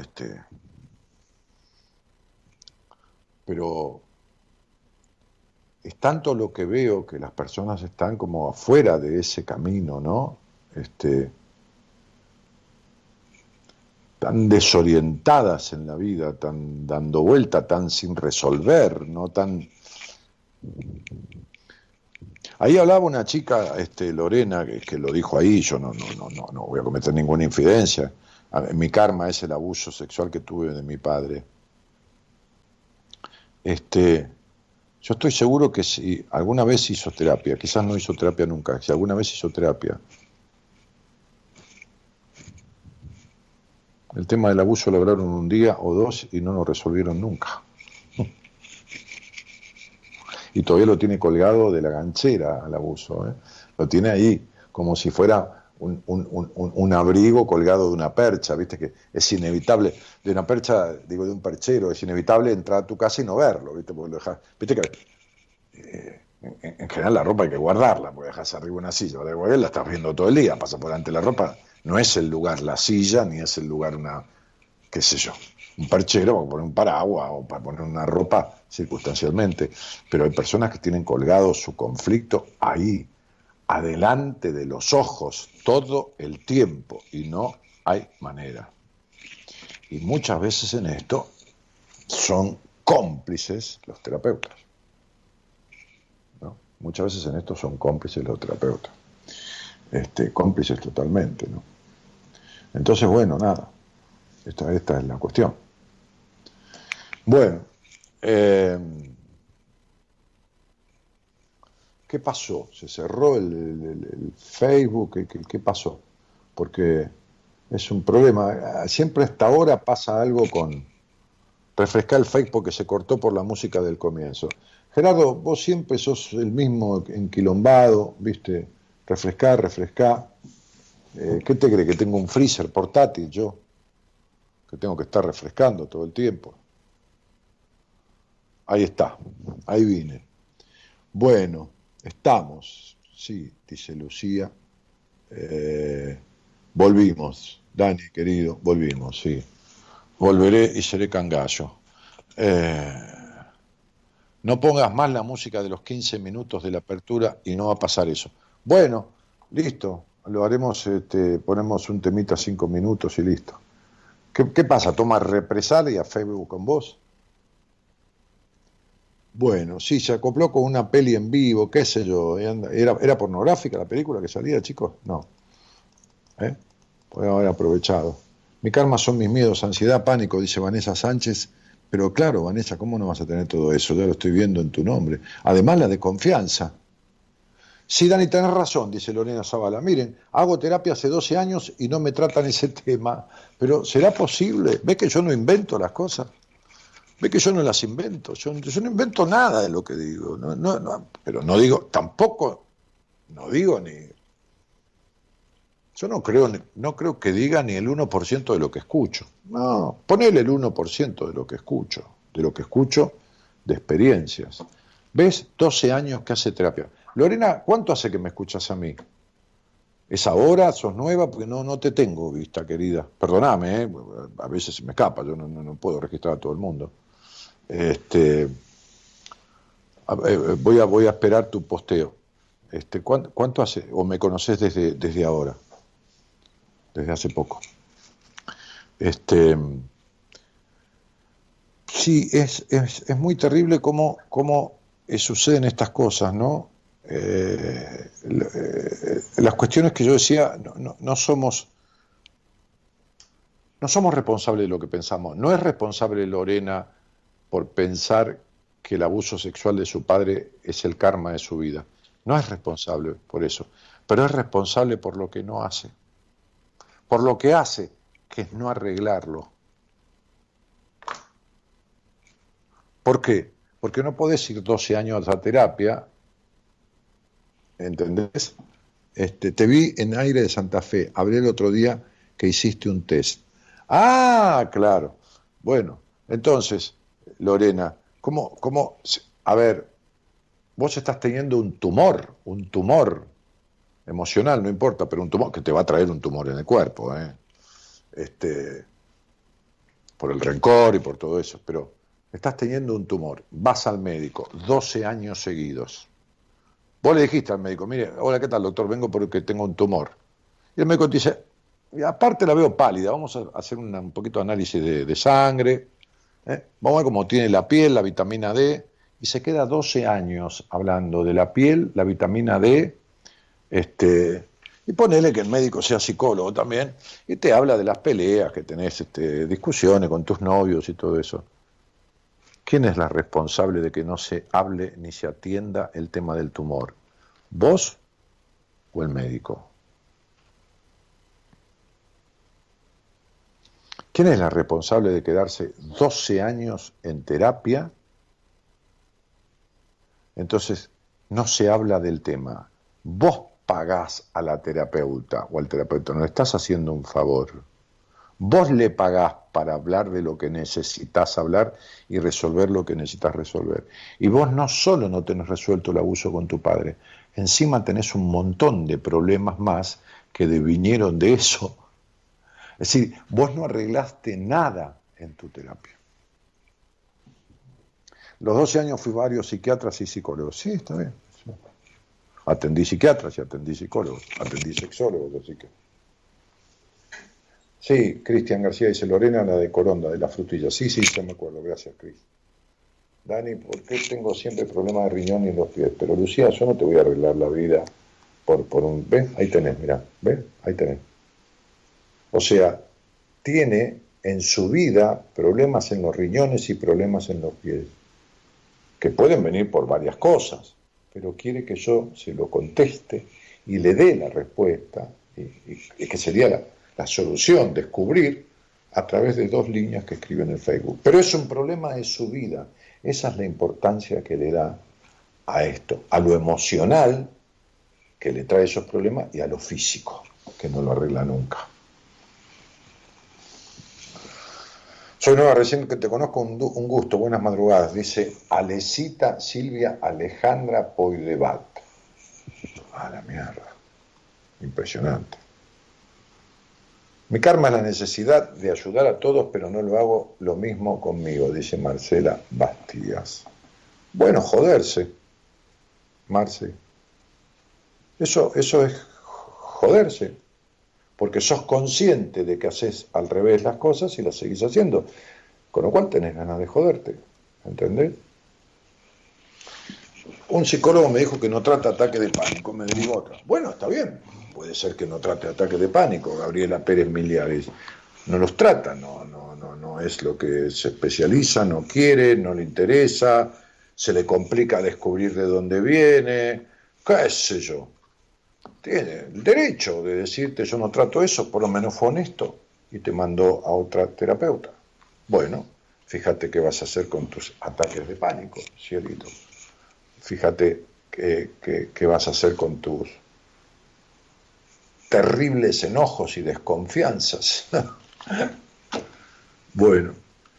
Pero es tanto lo que veo que las personas están como afuera de ese camino, ¿no? Tan desorientadas en la vida, tan dando vuelta, tan sin resolver, ¿no? Ahí hablaba una chica, Lorena, que lo dijo ahí, yo no voy a cometer ninguna infidencia. Mi karma es el abuso sexual que tuve de mi padre. Yo estoy seguro que si alguna vez hizo terapia, quizás no hizo terapia nunca, si alguna vez hizo terapia, el tema del abuso lo hablaron un día o dos y no lo resolvieron nunca. Y todavía lo tiene colgado de la ganchera al abuso, Lo tiene ahí, como si fuera un abrigo colgado de una percha, viste que es inevitable, de una percha, digo, de un perchero, es inevitable entrar a tu casa y no verlo, viste, porque lo dejas, viste que en general la ropa hay que guardarla, porque dejas arriba una silla, porque la estás viendo todo el día, pasa por delante la ropa, no es el lugar la silla, ni es el lugar qué sé yo, un perchero para poner un paraguas o para poner una ropa circunstancialmente, pero hay personas que tienen colgado su conflicto ahí, adelante de los ojos, todo el tiempo, y no hay manera. Y muchas veces en esto son cómplices los terapeutas, ¿no? Muchas veces en esto son cómplices los terapeutas, cómplices totalmente, ¿no? Entonces, bueno, nada, esta es la cuestión. Bueno, ¿qué pasó? ¿Se cerró el Facebook? ¿Qué pasó? Porque es un problema. Siempre a esta hora pasa algo con refrescar el Facebook porque se cortó por la música del comienzo. Gerardo, vos siempre sos el mismo enquilombado, ¿viste? Refrescar. ¿Qué te crees? ¿Que tengo un freezer portátil yo? Que tengo que estar refrescando todo el tiempo. Ahí está, ahí vine. Bueno, estamos, sí, dice Lucía. Volvimos, Dani, querido, volvimos, sí. Volveré y seré cangallo. No pongas más la música de los 15 minutos de la apertura y no va a pasar eso. Bueno, listo, lo haremos, ponemos un temita 5 minutos y listo. ¿Qué pasa? ¿Toma represalia Facebook con vos? Bueno, sí, se acopló con una peli en vivo, qué sé yo. ¿Era pornográfica la película que salía, chicos? No. Podría haber aprovechado. Mi karma son mis miedos, ansiedad, pánico, dice Vanessa Sánchez. Pero claro, Vanessa, ¿cómo no vas a tener todo eso? Ya lo estoy viendo en tu nombre. Además, la de confianza. Sí, Dani, tenés razón, dice Lorena Zavala. Miren, hago terapia hace 12 años y no me tratan ese tema. Pero ¿será posible? ¿Ves que yo no invento las cosas? ¿Ves que yo no las invento? Yo no invento nada de lo que digo. No, pero no digo, tampoco, no digo ni... Yo no creo que diga ni el 1% de lo que escucho. No, ponele el 1% de lo que escucho de experiencias. ¿Ves? 12 años que hace terapia. Lorena, ¿cuánto hace que me escuchas a mí? ¿Es ahora? ¿Sos nueva? Porque no te tengo vista, querida. Perdóname, a veces se me escapa, yo no puedo registrar a todo el mundo. Voy a esperar tu posteo. ¿Cuánto hace? ¿O me conoces desde ahora? Desde hace poco. Sí, es muy terrible cómo suceden estas cosas, ¿no? Las cuestiones que yo decía, no somos responsables de lo que pensamos. No es responsable Lorena por pensar que el abuso sexual de su padre es el karma de su vida. No es responsable por eso, pero es responsable por lo que no hace. Por lo que hace, que es no arreglarlo. ¿Por qué? Porque no podés ir 12 años a terapia, ¿entendés? Te vi en Aire de Santa Fe, hablé el otro día que hiciste un test. Ah, claro. Bueno, entonces, Lorena, a ver, vos estás teniendo un tumor emocional, no importa, pero un tumor que te va a traer un tumor en el cuerpo, por el rencor y por todo eso, pero estás teniendo un tumor, vas al médico, 12 años seguidos. Vos le dijiste al médico, mire, hola, ¿qué tal, doctor? Vengo porque tengo un tumor. Y el médico te dice, y aparte la veo pálida, vamos a hacer un poquito de análisis de sangre, vamos a ver cómo tiene la piel, la vitamina D, y se queda 12 años hablando de la piel, la vitamina D, y ponele que el médico sea psicólogo también, y te habla de las peleas que tenés, discusiones con tus novios y todo eso. ¿Quién es la responsable de que no se hable ni se atienda el tema del tumor? ¿Vos o el médico? ¿Quién es la responsable de quedarse 12 años en terapia? Entonces, no se habla del tema. Vos pagás a la terapeuta o al terapeuta, no le estás haciendo un favor. Vos le pagás para hablar de lo que necesitas hablar y resolver lo que necesitas resolver. Y vos no solo no tenés resuelto el abuso con tu padre, encima tenés un montón de problemas más que vinieron de eso. Es decir, vos no arreglaste nada en tu terapia. Los 12 años fui varios psiquiatras y psicólogos. Sí, está bien. Atendí psiquiatras y atendí psicólogos, atendí sexólogos, así que... Sí, Cristian García dice, Lorena, la de Coronda, de la frutilla. Sí, yo me acuerdo, gracias, Cris. Dani, ¿por qué tengo siempre problemas de riñón y en los pies? Pero Lucía, yo no te voy a arreglar la vida por un... ¿Ves? Ahí tenés, mirá, ¿ves? Ahí tenés. O sea, tiene en su vida problemas en los riñones y problemas en los pies, que pueden venir por varias cosas, pero quiere que yo se lo conteste y le dé la respuesta, y que sería la solución, descubrir a través de 2 líneas que escribe en el Facebook. Pero es un problema de su vida. Esa es la importancia que le da a esto, a lo emocional que le trae esos problemas y a lo físico, que no lo arregla nunca. Soy nueva, recién que te conozco, un gusto, buenas madrugadas, dice Alecita Silvia Alejandra Poidebat. A la mierda, impresionante. Mi karma es la necesidad de ayudar a todos, pero no lo hago lo mismo conmigo, dice Marcela Bastías. Bueno, joderse, Marce. Eso es joderse. porque sos consciente de que haces al revés las cosas y las seguís haciendo, con lo cual tenés ganas de joderte, ¿entendés? Un psicólogo me dijo que no trata ataque de pánico, me derivó otra. Bueno, está bien, puede ser que no trate ataque de pánico, Gabriela Pérez Miliares. No los trata, no es lo que se especializa, no quiere, no le interesa, se le complica descubrir de dónde viene, qué sé yo. Tiene el derecho de decirte yo no trato eso, por lo menos fue honesto, y te mandó a otra terapeuta. Bueno, fíjate qué vas a hacer con tus ataques de pánico, cielito. Fíjate qué vas a hacer con tus terribles enojos y desconfianzas. Bueno,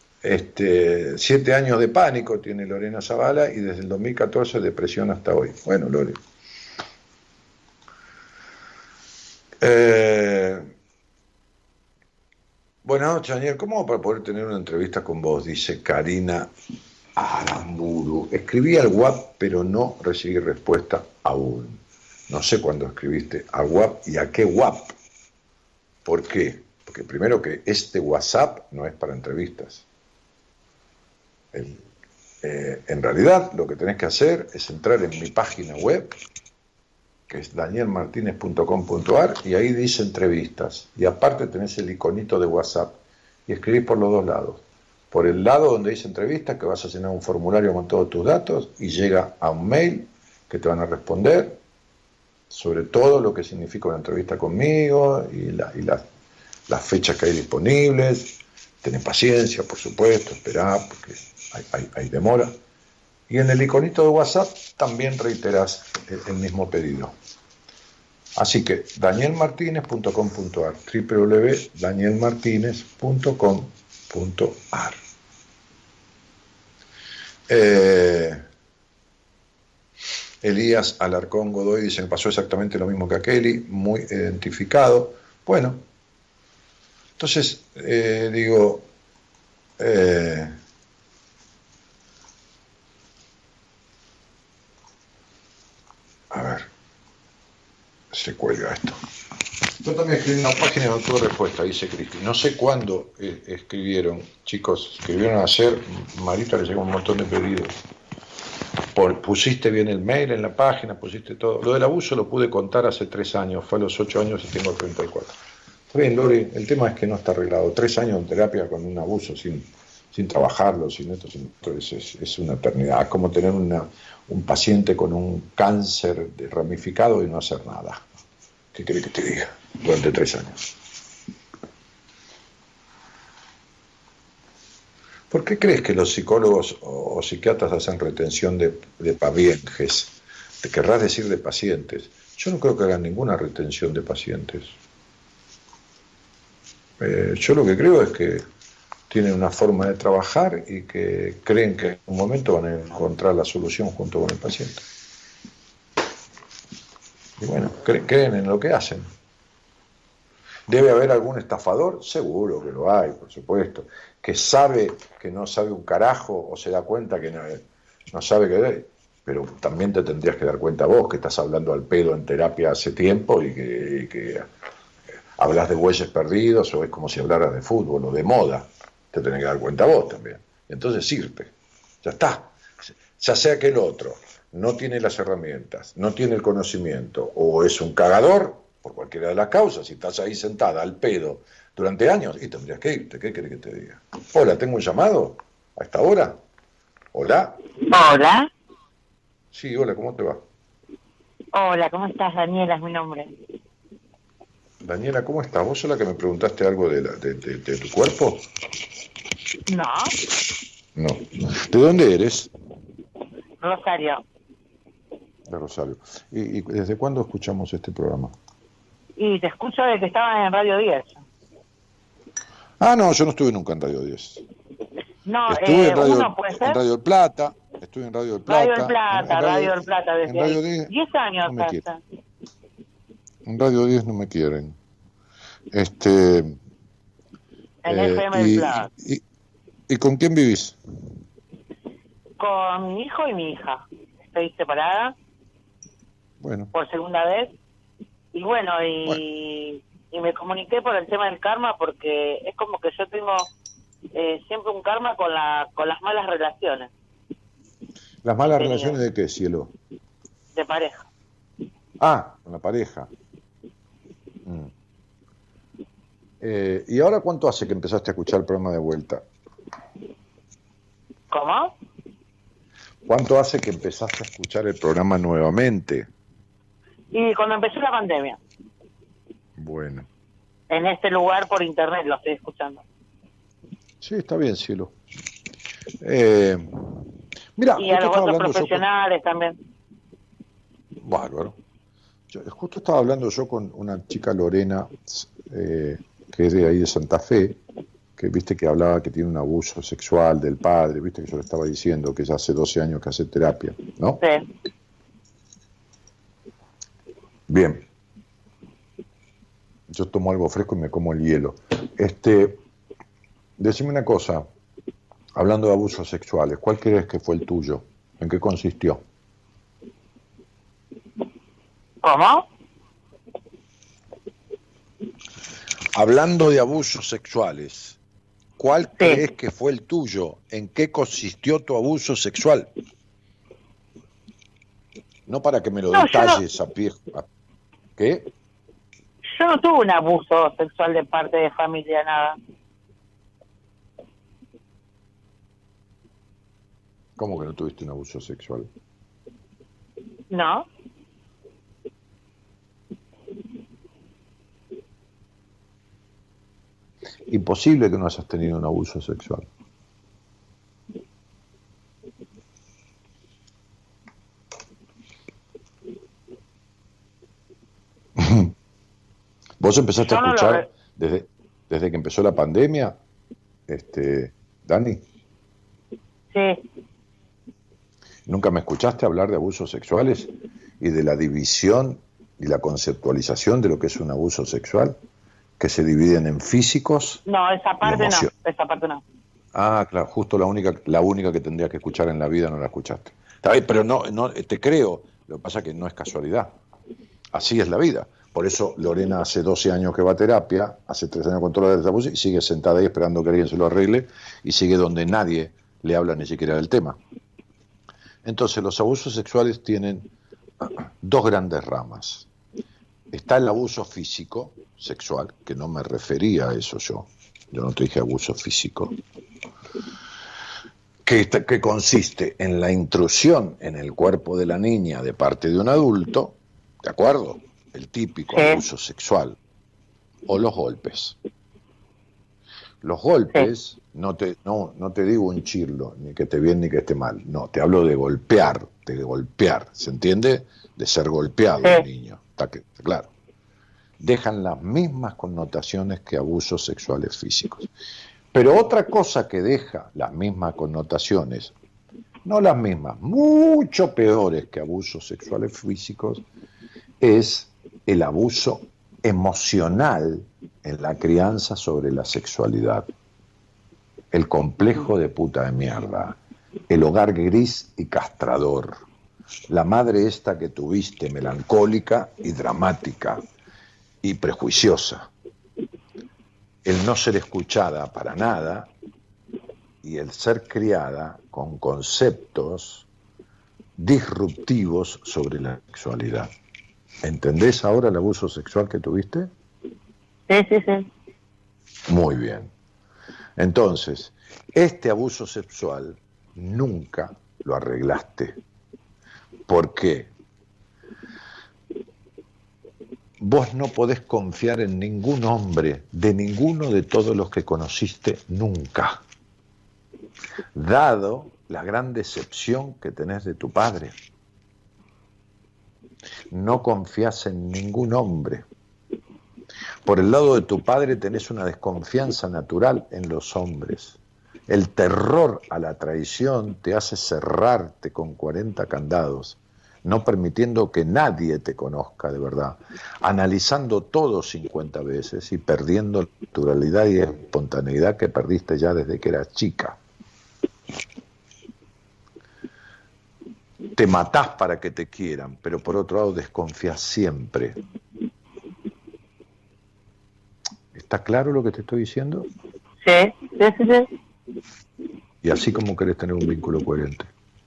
7 años de pánico tiene Lorena Zavala y desde el 2014 depresión hasta hoy. Bueno, Lore. Buenas noches, Daniel. ¿Cómo hago para poder tener una entrevista con vos? Dice Karina Aramburu. Escribí al WhatsApp, pero no recibí respuesta aún. No sé cuándo escribiste al WhatsApp y a qué WhatsApp. ¿Por qué? Porque primero que este WhatsApp no es para entrevistas. En realidad lo que tenés que hacer es entrar en mi página web, que es danielmartinez.com.ar, y ahí dice entrevistas. Y aparte tenés el iconito de WhatsApp y escribís por los dos lados. Por el lado donde dice entrevistas, que vas a llenar un formulario con todos tus datos y llega a un mail que te van a responder sobre todo lo que significa una entrevista conmigo y las fechas que hay disponibles. Tenés paciencia, por supuesto, esperá, porque hay demora. Y en el iconito de WhatsApp también reiterás el mismo pedido. Así que danielmartinez.com.ar, www.danielmartinez.com.ar. Elías Alarcón Godoy dice, me pasó exactamente lo mismo que a Kelly, muy identificado. Bueno, entonces digo, a ver, se cuelga esto. Yo también escribí una página y no tuve respuesta, dice Cristi. No sé cuándo escribieron, chicos, escribieron ayer, Marita le llegó un montón de pedidos. Pusiste bien el mail en la página, pusiste todo. Lo del abuso lo pude contar hace 3 años, fue a los 8 años y tengo 34. Está bien, Lori, el tema es que no está arreglado. 3 años en terapia con un abuso sin trabajarlo, sin esto es una eternidad. Es como tener un paciente con un cáncer ramificado y no hacer nada. ¿Qué querés que te diga? Durante 3 años. ¿Por qué crees que los psicólogos o psiquiatras hacen retención de pacientes? Te querrás decir de pacientes. Yo no creo que hagan ninguna retención de pacientes. Yo lo que creo es que tienen una forma de trabajar y que creen que en un momento van a encontrar la solución junto con el paciente. Y bueno, creen en lo que hacen. ¿Debe haber algún estafador? Seguro que lo hay, por supuesto. Que sabe que no sabe un carajo o se da cuenta que no sabe qué. Pero también te tendrías que dar cuenta vos que estás hablando al pedo en terapia hace tiempo y que hablas de bueyes perdidos o es como si hablaras de fútbol o de moda. Te tenés que dar cuenta vos también. Entonces irte. Ya está. Ya sea que el otro no tiene las herramientas, no tiene el conocimiento o es un cagador, por cualquiera de las causas, si estás ahí sentada al pedo durante años y tendrías que irte. ¿Qué querés que te diga? Hola, ¿tengo un llamado a esta hora? ¿Hola? Hola. Sí, hola, ¿cómo te va? Hola, ¿cómo estás, Daniela? Es mi nombre. Daniela, ¿cómo estás? ¿Vos sos la que me preguntaste algo de tu cuerpo? No. No. ¿De dónde eres? Rosario. De Rosario. ¿Y desde cuándo escuchamos este programa? Y te escucho de que estaba en Radio 10. Ah, no, yo no estuve nunca en Radio 10. No, estuve en Radio ¿puede del Plata. Estuve en Radio del Plata. Radio del Plata, desde en Radio 10, 10 años no me hasta. En Radio 10 no me quieren. En FM del Plata. ¿Y con quién vivís? Con mi hijo y mi hija. Estoy separada. Bueno. Por segunda vez. Y bueno, y me comuniqué por el tema del karma, porque es como que yo tengo siempre un karma con las malas relaciones. ¿Las malas relaciones de qué, cielo? De pareja. Ah, con la pareja. ¿Y ahora cuánto hace que empezaste a escuchar el programa de vuelta? ¿Cómo? ¿Cuánto hace que empezaste a escuchar el programa nuevamente? Y cuando empezó la pandemia. Bueno. En este lugar por internet lo estoy escuchando. Sí, está bien, cielo. Mira, y a los otros profesionales también. Bárbaro. Justo estaba hablando yo con una chica, Lorena, que es de ahí de Santa Fe, que viste que hablaba que tiene un abuso sexual del padre, viste que yo le estaba diciendo que ya hace 12 años que hace terapia, ¿no? Sí. Bien. Yo tomo algo fresco y me como el hielo. Decime una cosa, hablando de abusos sexuales, ¿cuál crees que fue el tuyo? ¿En qué consistió? ¿Cómo? Hablando de abusos sexuales, ¿cuál crees que fue el tuyo? ¿En qué consistió tu abuso sexual? No para que me lo detalles a pie. ¿Qué? Yo no tuve un abuso sexual de parte de familia, nada. ¿Cómo que no tuviste un abuso sexual? No. Imposible que no hayas tenido un abuso sexual. ¿Vos empezaste a escuchar desde que empezó la pandemia, Dani? Sí. ¿Nunca me escuchaste hablar de abusos sexuales y de la división y la conceptualización de lo que es un abuso sexual? Que se dividen en físicos. No, esa parte no. Esa parte no. Ah, claro, justo la única que tendrías que escuchar en la vida no la escuchaste. Está bien, pero no te creo. Lo que pasa es que no es casualidad. Así es la vida. Por eso Lorena hace 12 años que va a terapia, hace 3 años controla el abuso y sigue sentada ahí esperando que alguien se lo arregle y sigue donde nadie le habla ni siquiera del tema. Entonces, los abusos sexuales tienen 2 grandes ramas. Está el abuso físico, sexual, que no me refería a eso yo no te dije abuso físico, que consiste en la intrusión en el cuerpo de la niña de parte de un adulto, ¿de acuerdo? El típico abuso sexual, o los golpes. Los golpes, no te digo un chirlo, ni que esté bien ni que esté mal, no, te hablo de golpear, ¿se entiende? De ser golpeado el niño, está claro. Dejan las mismas connotaciones que abusos sexuales físicos. Pero otra cosa que deja las mismas connotaciones, no las mismas, mucho peores que abusos sexuales físicos, es el abuso emocional en la crianza sobre la sexualidad. El complejo de puta de mierda, el hogar gris y castrador, la madre esta que tuviste melancólica y dramática, y prejuiciosa, el no ser escuchada para nada y el ser criada con conceptos disruptivos sobre la sexualidad. ¿Entendés ahora el abuso sexual que tuviste? Sí. Muy bien. Entonces, este abuso sexual nunca lo arreglaste. ¿Por qué? Vos no podés confiar en ningún hombre, de ninguno de todos los que conociste nunca, dado la gran decepción que tenés de tu padre. No confías en ningún hombre. Por el lado de tu padre tenés una desconfianza natural en los hombres. El terror a la traición te hace cerrarte con 40 candados, no permitiendo que nadie te conozca de verdad, analizando todo 50 veces y perdiendo la naturalidad y espontaneidad que perdiste ya desde que eras chica. Te matás para que te quieran, pero por otro lado desconfías siempre. ¿Está claro lo que te estoy diciendo? Sí, sí, sí, sí. Y así como querés tener un vínculo coherente.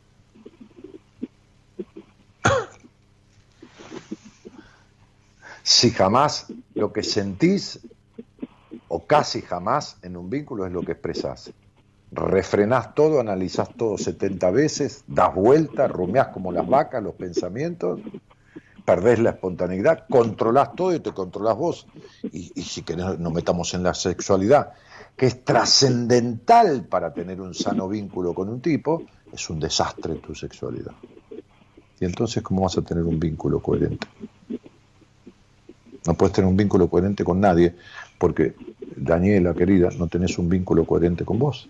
Si jamás lo que sentís, o casi jamás en un vínculo, es lo que expresás. Refrenás todo, analizás todo 70 veces, das vuelta, rumiás como las vacas los pensamientos, perdés la espontaneidad, controlás todo y te controlás vos. Y si querés, nos metamos en la sexualidad, que es trascendental para tener un sano vínculo con un tipo, es un desastre tu sexualidad. Y entonces, ¿cómo vas a tener un vínculo coherente? No puedes tener un vínculo coherente con nadie, porque, Daniela, querida, no tenés un vínculo coherente con vos.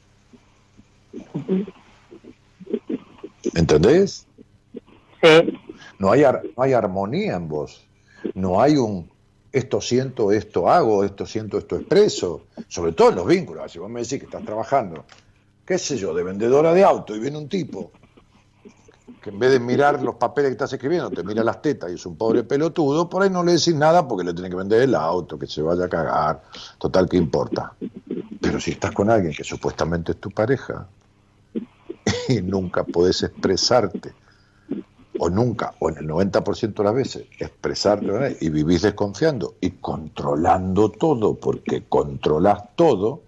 ¿Entendés? Sí. No hay armonía en vos. No hay un esto siento, esto hago, esto siento, esto expreso. Sobre todo en los vínculos. Si vos me decís que estás trabajando, qué sé yo, de vendedora de auto y viene un tipo que en vez de mirar los papeles que estás escribiendo, te mira las tetas y es un pobre pelotudo, por ahí no le decís nada porque le tenés que vender el auto, que se vaya a cagar, total, ¿qué importa? Pero si estás con alguien que supuestamente es tu pareja y nunca podés expresarte, o nunca, o en el 90% de las veces, expresarte, ¿verdad? Y vivís desconfiando y controlando todo, porque controlás todo,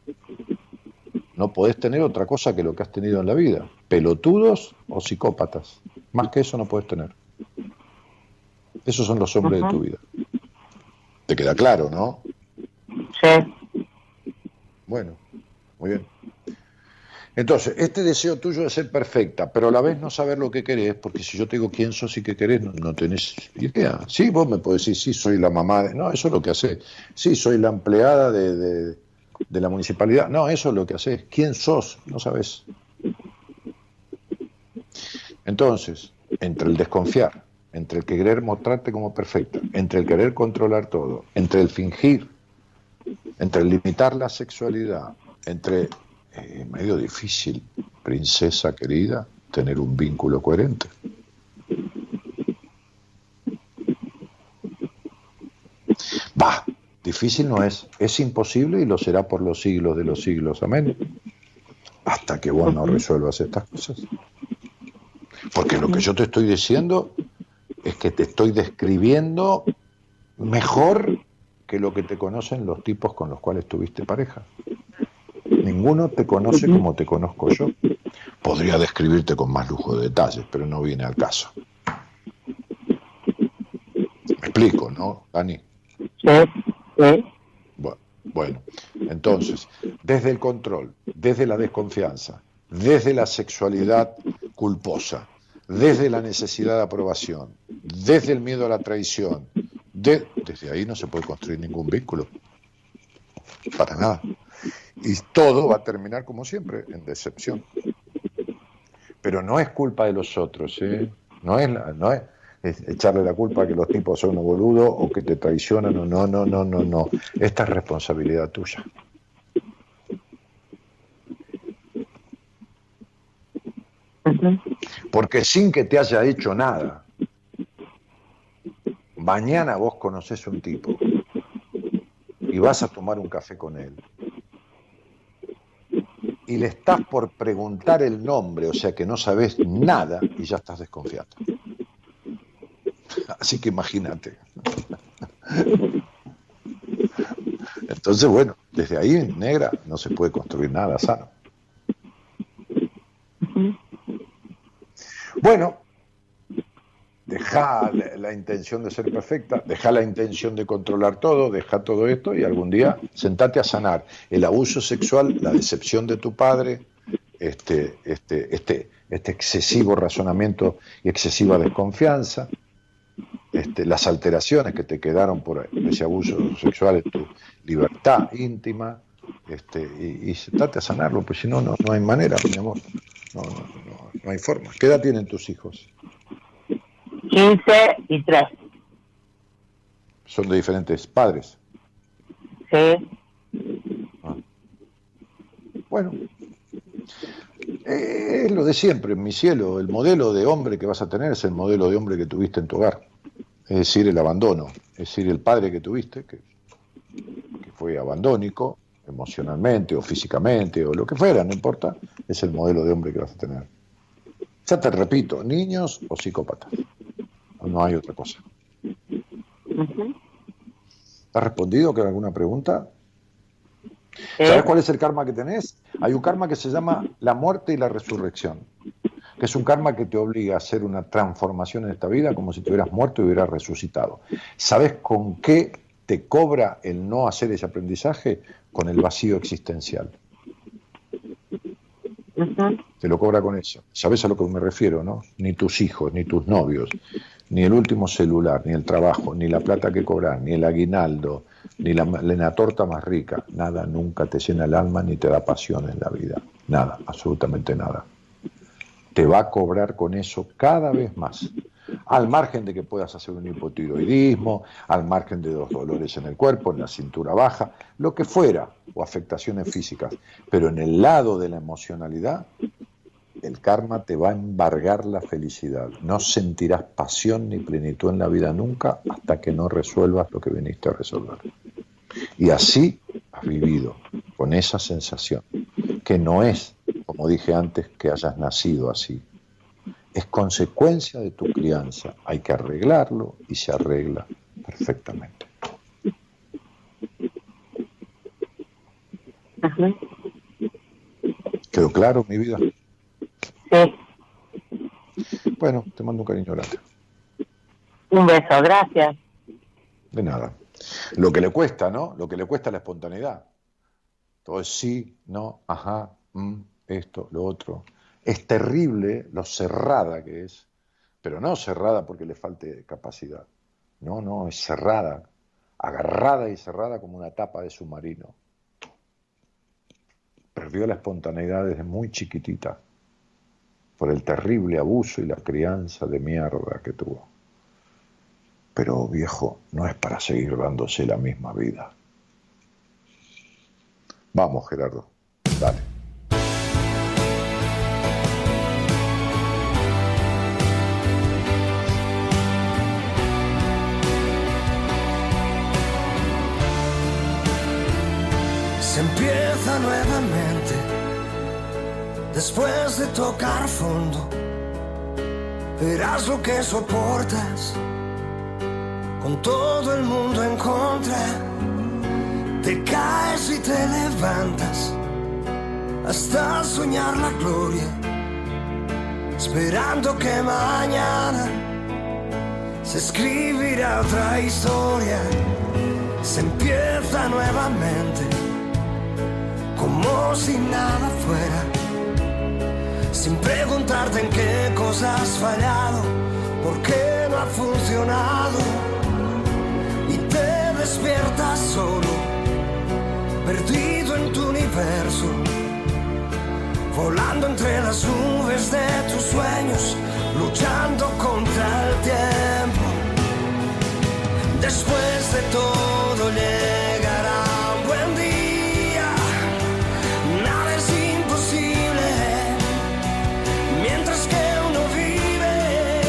no podés tener otra cosa que lo que has tenido en la vida. Pelotudos o psicópatas. Más que eso no podés tener. Esos son los hombres de tu vida. ¿Te queda claro, no? Sí. Bueno, muy bien. Entonces, este deseo tuyo de ser perfecta, pero a la vez no saber lo que querés, porque si yo te digo quién sos y qué querés, no tenés idea. Sí, vos me podés decir, sí, soy la mamá de... No, eso es lo que hacés. Sí, soy la empleada de la municipalidad. No, eso es lo que hacés. ¿Quién sos? No sabés. Entonces, entre el desconfiar, entre el querer mostrarte como perfecta, entre el querer controlar todo, entre el fingir, entre el limitar la sexualidad, entre... medio difícil, princesa querida, tener un vínculo coherente. Bah, difícil no es imposible y lo será por los siglos de los siglos, amén. Hasta que vos no resuelvas estas cosas. Porque lo que yo te estoy diciendo es que te estoy describiendo mejor que lo que te conocen los tipos con los cuales tuviste pareja. Ninguno te conoce como te conozco yo. Podría describirte con más lujo de detalles, pero no viene al caso. Me explico, ¿no, Dani? Sí. Bueno, entonces, desde el control, desde la desconfianza, desde la sexualidad culposa, desde la necesidad de aprobación, desde el miedo a la traición, desde ahí no se puede construir ningún vínculo. Para nada. Y todo va a terminar, como siempre, en decepción. Pero no es culpa de los otros, ¿eh? No es echarle la culpa a que los tipos son unos boludos o que te traicionan. No. Esta es responsabilidad tuya. Porque sin que te haya hecho nada, mañana vos conocés un tipo y vas a tomar un café con él y le estás por preguntar el nombre, o sea que no sabes nada y ya estás desconfiando. Así que imagínate. Entonces, bueno, desde ahí, negra, no se puede construir nada sano. Bueno, deja la intención de ser perfecta, deja la intención de controlar todo, deja todo esto y algún día sentate a sanar el abuso sexual, la decepción de tu padre, este excesivo razonamiento y excesiva desconfianza, las alteraciones que te quedaron por ese abuso sexual en tu libertad íntima, y sentate a sanarlo, pues si no, no hay manera, mi amor, no hay forma. ¿Qué edad tienen tus hijos? 15 y 3. ¿Son de diferentes padres? Sí. Bueno, es lo de siempre, mi cielo. El modelo de hombre que vas a tener es el modelo de hombre que tuviste en tu hogar. Es decir, el abandono. Es decir, el padre que tuviste, que fue abandónico, emocionalmente o físicamente o lo que fuera, no importa, es el modelo de hombre que vas a tener. Ya te repito, niños o psicópatas. No hay otra cosa. ¿Has respondido con alguna pregunta? ¿Sabes cuál es el karma que tenés? Hay un karma que se llama la muerte y la resurrección, que es un karma que te obliga a hacer una transformación en esta vida como si te hubieras muerto y hubieras resucitado. ¿Sabes con qué te cobra el no hacer ese aprendizaje? Con el vacío existencial. Te lo cobra con eso. ¿Sabes a lo que me refiero, no? Ni tus hijos, ni tus novios, ni el último celular, ni el trabajo, ni la plata que cobras, ni el aguinaldo, ni la torta más rica. Nada nunca te llena el alma ni te da pasión en la vida. Nada, absolutamente nada. Te va a cobrar con eso cada vez más. Al margen de que puedas hacer un hipotiroidismo, al margen de los dolores en el cuerpo, en la cintura baja, lo que fuera, o afectaciones físicas. Pero en el lado de la emocionalidad, el karma te va a embargar la felicidad. No sentirás pasión ni plenitud en la vida nunca hasta que no resuelvas lo que viniste a resolver. Y así has vivido, con esa sensación, que no es, como dije antes, que hayas nacido así. Es consecuencia de tu crianza. Hay que arreglarlo y se arregla perfectamente. ¿Quedó claro, mi vida? Sí. Bueno, te mando un cariño grande. Un beso, gracias. De nada. Lo que le cuesta, ¿no? Lo que le cuesta la espontaneidad. Todo es sí, no, ajá, esto, lo otro. Es terrible lo cerrada que es, pero no cerrada porque le falte capacidad. No, es cerrada, agarrada y cerrada como una tapa de submarino. Perdió la espontaneidad desde muy chiquitita por el terrible abuso y la crianza de mierda que tuvo. Pero, viejo, no es para seguir dándose la misma vida. Vamos, Gerardo, dale. Se empieza nuevamente después de tocar fondo. Verás lo que soportas con todo el mundo en contra. Te caes y te levantas hasta soñar la gloria, esperando que mañana se escribirá otra historia. Se empieza nuevamente como si nada fuera, sin preguntarte en qué cosas has fallado, por qué no ha funcionado, y te despiertas solo, perdido en tu universo, volando entre las nubes de tus sueños, luchando contra el tiempo. Después de todo llegará un buen día, nada es imposible mientras que uno vive.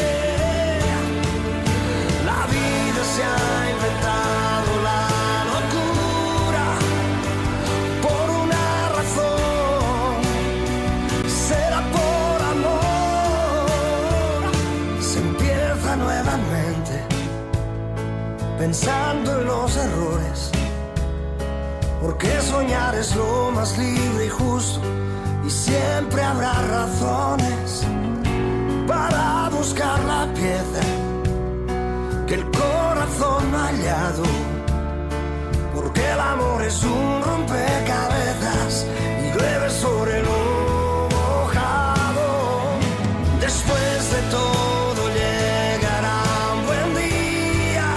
La vida se ha inventado la locura por una razón, será por amor. Se empieza nuevamente pensando en los errores, porque soñar es lo más libre y justo, y siempre habrá razones para buscar la pieza que el corazón no ha hallado, porque el amor es un rompecabezas y llueve sobre lo mojado. Después de todo llegará un buen día.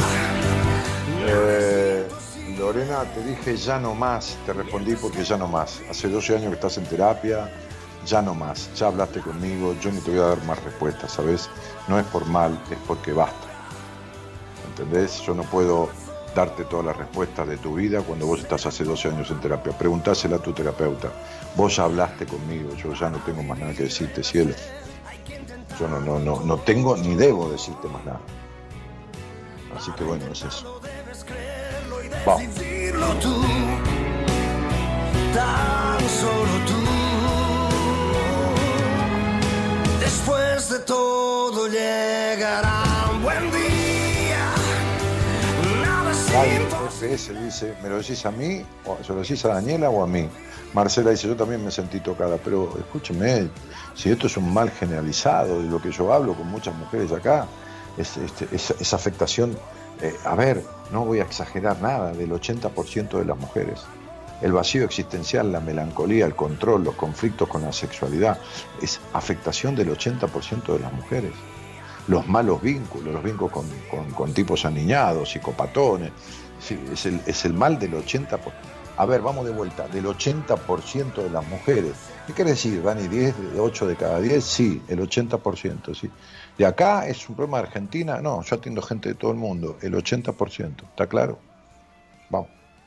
Lorena, te dije ya no más, te respondí porque ya no más. Hace 12 años que estás en terapia, ya no más, ya hablaste conmigo, yo no te voy a dar más respuestas, ¿sabes? No es por mal, es porque basta. ¿Entendés? Yo no puedo darte todas las respuestas de tu vida cuando vos estás hace 12 años en terapia. Preguntásela a tu terapeuta. Vos ya hablaste conmigo, yo ya no tengo más nada que decirte, cielo. Yo no tengo ni debo decirte más nada. Así que bueno, es eso. Vamos. tú, tan solo tú. Después de todo llegará un buen día. Nada FPS dice, ¿me lo decís a mí? ¿O se lo decís a Daniela o a mí? Marcela dice, yo también me sentí tocada, pero escúcheme, si esto es un mal generalizado de lo que yo hablo con muchas mujeres acá, esa afectación, a ver, no voy a exagerar nada, del 80% de las mujeres. El vacío existencial, la melancolía, el control, los conflictos con la sexualidad, es afectación del 80% de las mujeres. Los malos vínculos, los vínculos con tipos aniñados, psicopatones, sí, es el mal del 80%. A ver, vamos de vuelta, del 80% de las mujeres. ¿Qué quiere decir, Dani? ¿10, 8 de cada 10? Sí, el 80%, sí. De acá es un problema de Argentina, no, yo atiendo gente de todo el mundo, el 80%, ¿está claro? Vamos.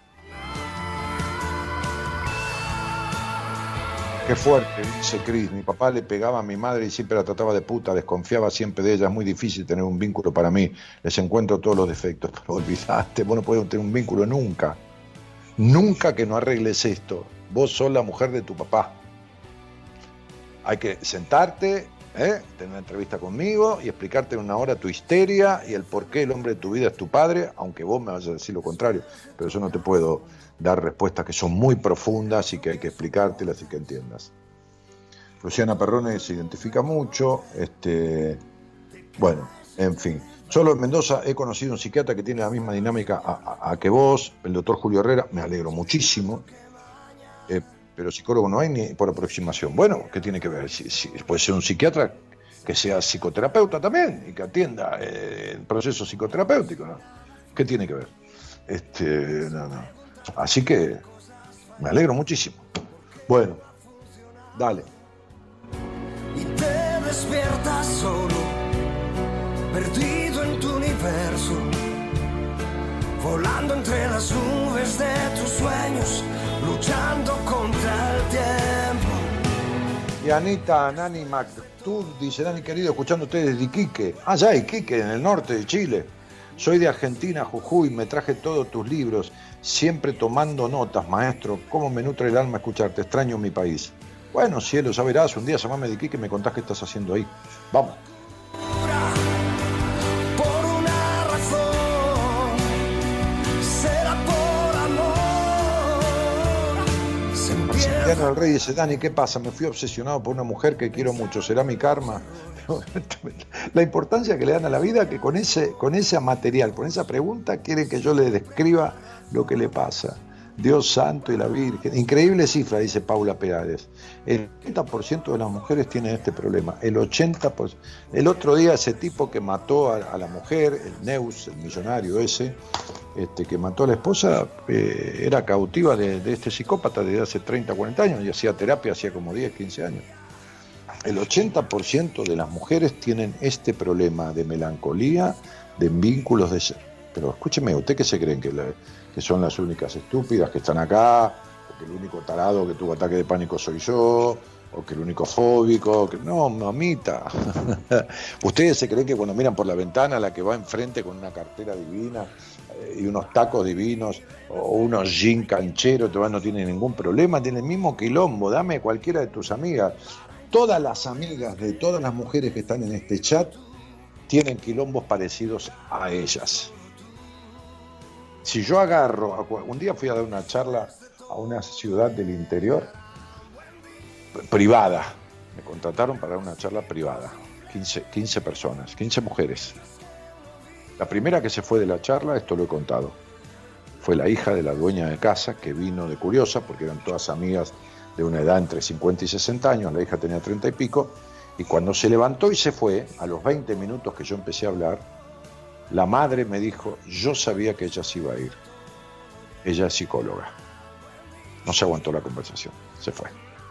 Qué fuerte, dice Cris. Mi papá le pegaba a mi madre y siempre la trataba de puta, desconfiaba siempre de ella. Es muy difícil tener un vínculo para mí. Les encuentro todos los defectos. Pero olvidaste, vos no podés tener un vínculo nunca. Nunca que no arregles esto. Vos sos la mujer de tu papá. Hay que sentarte, tener una entrevista conmigo y explicarte en una hora tu histeria y el por qué el hombre de tu vida es tu padre, aunque vos me vayas a decir lo contrario. Pero yo no te puedo dar respuestas que son muy profundas y que hay que explicártelas y que entiendas. Luciana Perrone se identifica mucho, bueno, en fin. Solo en Mendoza he conocido un psiquiatra que tiene la misma dinámica a que vos, el doctor Julio Herrera, me alegro muchísimo, pero psicólogo no hay ni por aproximación. Bueno, ¿qué tiene que ver? Si puede ser un psiquiatra que sea psicoterapeuta también y que atienda el proceso psicoterapéutico, ¿no? ¿Qué tiene que ver? No. Así que me alegro muchísimo. Bueno, dale. Y te despiertas solo, perdido en tu universo, volando entre las nubes de tus sueños, luchando contra el tiempo. Y Anita Nani Mactud dice, Dani querido, escuchándote desde Iquique. Ya, Iquique, en el norte de Chile. Soy de Argentina, Jujuy, me traje todos tus libros, siempre tomando notas, maestro. ¿Cómo me nutre el alma escucharte? Extraño mi país. Bueno, cielo, ya verás, un día llamame de Iquique y me contás qué estás haciendo ahí. Vamos. Por una razón, será por amor. Maximiliano del Rey dice, Dani, ¿qué pasa? Me fui obsesionado por una mujer que quiero mucho, ¿será mi karma? La importancia que le dan a la vida, que con ese material, con esa pregunta, quieren que yo le describa lo que le pasa. Dios santo y la Virgen. Increíble cifra, dice Paula Perales. El 80% de las mujeres tienen este problema. El 80%. El otro día ese tipo que mató a la mujer, el Neus, el millonario ese, que mató a la esposa, era cautiva de este psicópata desde hace 30, 40 años y hacía terapia hacía como 10, 15 años. El 80% de las mujeres tienen este problema de melancolía, de vínculos de ser. Pero escúcheme, ¿usted qué se creen? ¿Que son las únicas estúpidas que están acá? ¿O que el único tarado que tuvo ataque de pánico soy yo? ¿O que el único fóbico? No, mamita. ¿Ustedes se creen que cuando miran por la ventana la que va enfrente con una cartera divina y unos tacos divinos o unos jeans cancheros no tiene ningún problema? Tiene el mismo quilombo. Dame cualquiera de tus amigas. Todas las amigas de todas las mujeres que están en este chat tienen quilombos parecidos a ellas. Si yo agarro, un día fui a dar una charla a una ciudad del interior privada, me contrataron para dar una charla privada, 15 personas, 15 mujeres. La primera que se fue de la charla, esto lo he contado, fue la hija de la dueña de casa que vino de curiosa porque eran todas amigas de una edad entre 50 y 60 años, la hija tenía 30 y pico, y cuando se levantó y se fue, a los 20 minutos que yo empecé a hablar, la madre me dijo, yo sabía que ella se iba a ir, ella es psicóloga. No se aguantó la conversación, se fue.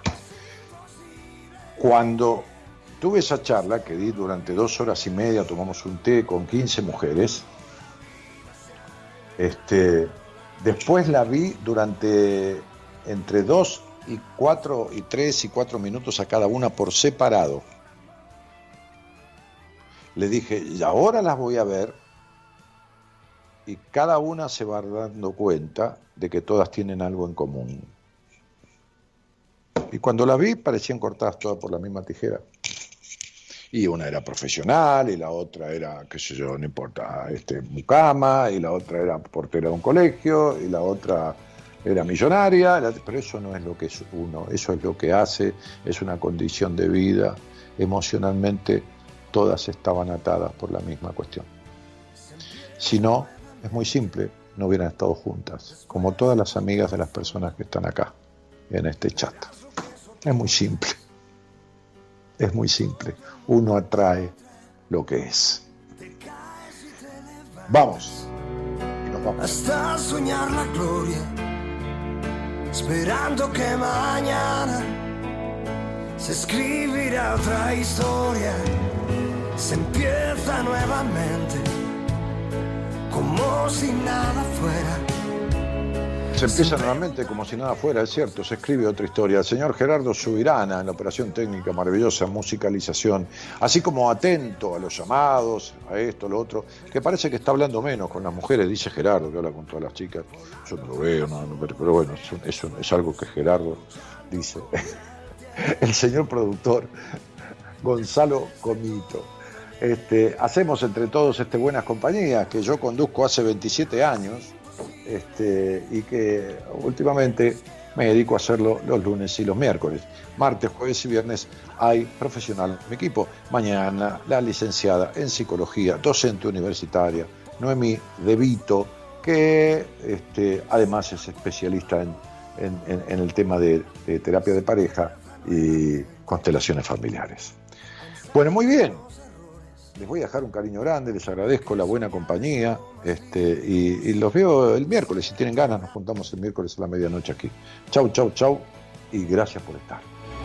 Cuando tuve esa charla, que di durante 2 horas y media, tomamos un té con 15 mujeres, después la vi durante entre 2 y 4 y 3 y 4 minutos a cada una por separado. Le dije, y ahora las voy a ver y cada una se va dando cuenta de que todas tienen algo en común. Y cuando las vi parecían cortadas todas por la misma tijera. Y una era profesional, y la otra era, qué sé yo, no importa, mucama, y la otra era portera de un colegio, y la otra era millonaria, pero eso no es lo que es uno, eso es lo que hace, es una condición de vida. Emocionalmente todas estaban atadas por la misma cuestión. Si no, es muy simple, no hubieran estado juntas, como todas las amigas de las personas que están acá, en este chat. Es muy simple. Es muy simple. Uno atrae lo que es. Vamos. Y nos vamos. Hasta soñar la gloria, esperando que mañana se escribirá otra historia. Se empieza nuevamente, como si nada fuera. Se empieza nuevamente como si nada fuera, es cierto, se escribe otra historia. El señor Gerardo Subirana en la operación técnica maravillosa, musicalización, así como atento a los llamados, a esto, lo otro, que parece que está hablando menos con las mujeres, dice Gerardo, que habla con todas las chicas. Yo no lo veo, pero bueno, eso es algo que Gerardo dice. El señor productor Gonzalo Comito. Hacemos entre todos Buenas Compañías, que yo conduzco hace 27 años. Y que últimamente me dedico a hacerlo los lunes y los miércoles. Martes, jueves y viernes hay profesional en mi equipo. Mañana la licenciada en psicología, docente universitaria, Noemí De Vito, que además es especialista en el tema de terapia de pareja y constelaciones familiares. Bueno, muy bien. Les voy a dejar un cariño grande, les agradezco la buena compañía, y los veo el miércoles. Si tienen ganas, nos juntamos el miércoles a la medianoche aquí. Chau, chau, chau, y gracias por estar.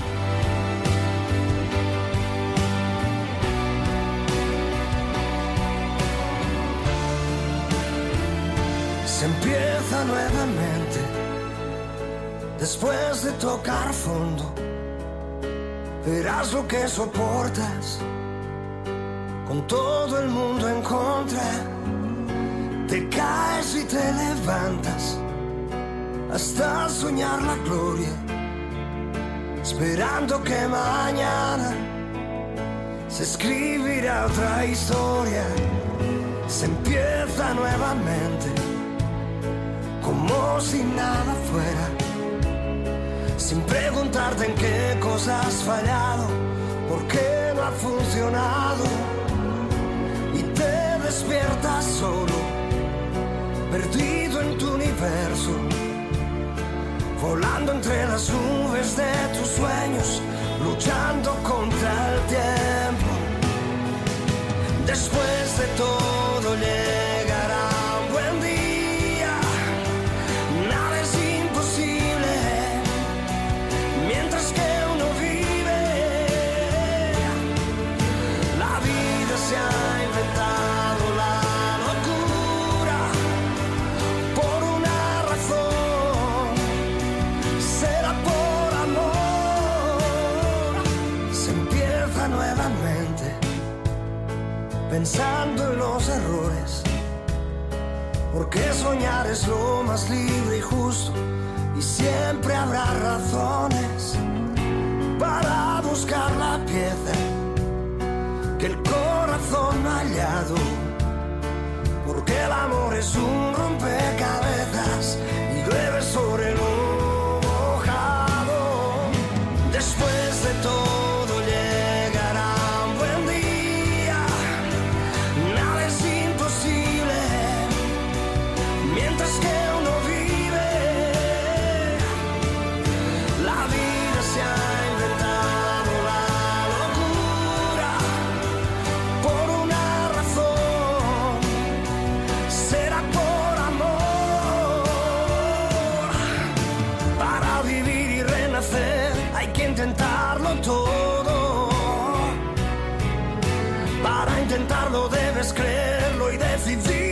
Se empieza nuevamente, después de tocar fondo, verás lo que soportas. Con todo el mundo en contra, te caes y te levantas hasta soñar la gloria, esperando que mañana se escribirá otra historia. Se empieza nuevamente, como si nada fuera, sin preguntarte en qué cosas has fallado, por qué no ha funcionado. Y te despiertas solo, perdido en tu universo, volando entre las nubes de tus sueños, luchando contra el tiempo. Después de todo llegará un buen día, nada es imposible, mientras que uno vive, la vida se ha inventado la locura por una razón, será por amor. Se empieza nuevamente pensando en los errores, porque soñar es lo más libre y justo, y siempre habrá razones para buscar la pieza que el corazón ha hallado, porque el amor es un rompecabezas y llueve sobre lo mojado. Después de todo llegará un buen día, nada es imposible, mientras que uno vive, la vida se ha inventado la locura por una razón, será por amor. Para vivir y renacer hay que intentarlo todo, para intentarlo debes creerlo y decidir.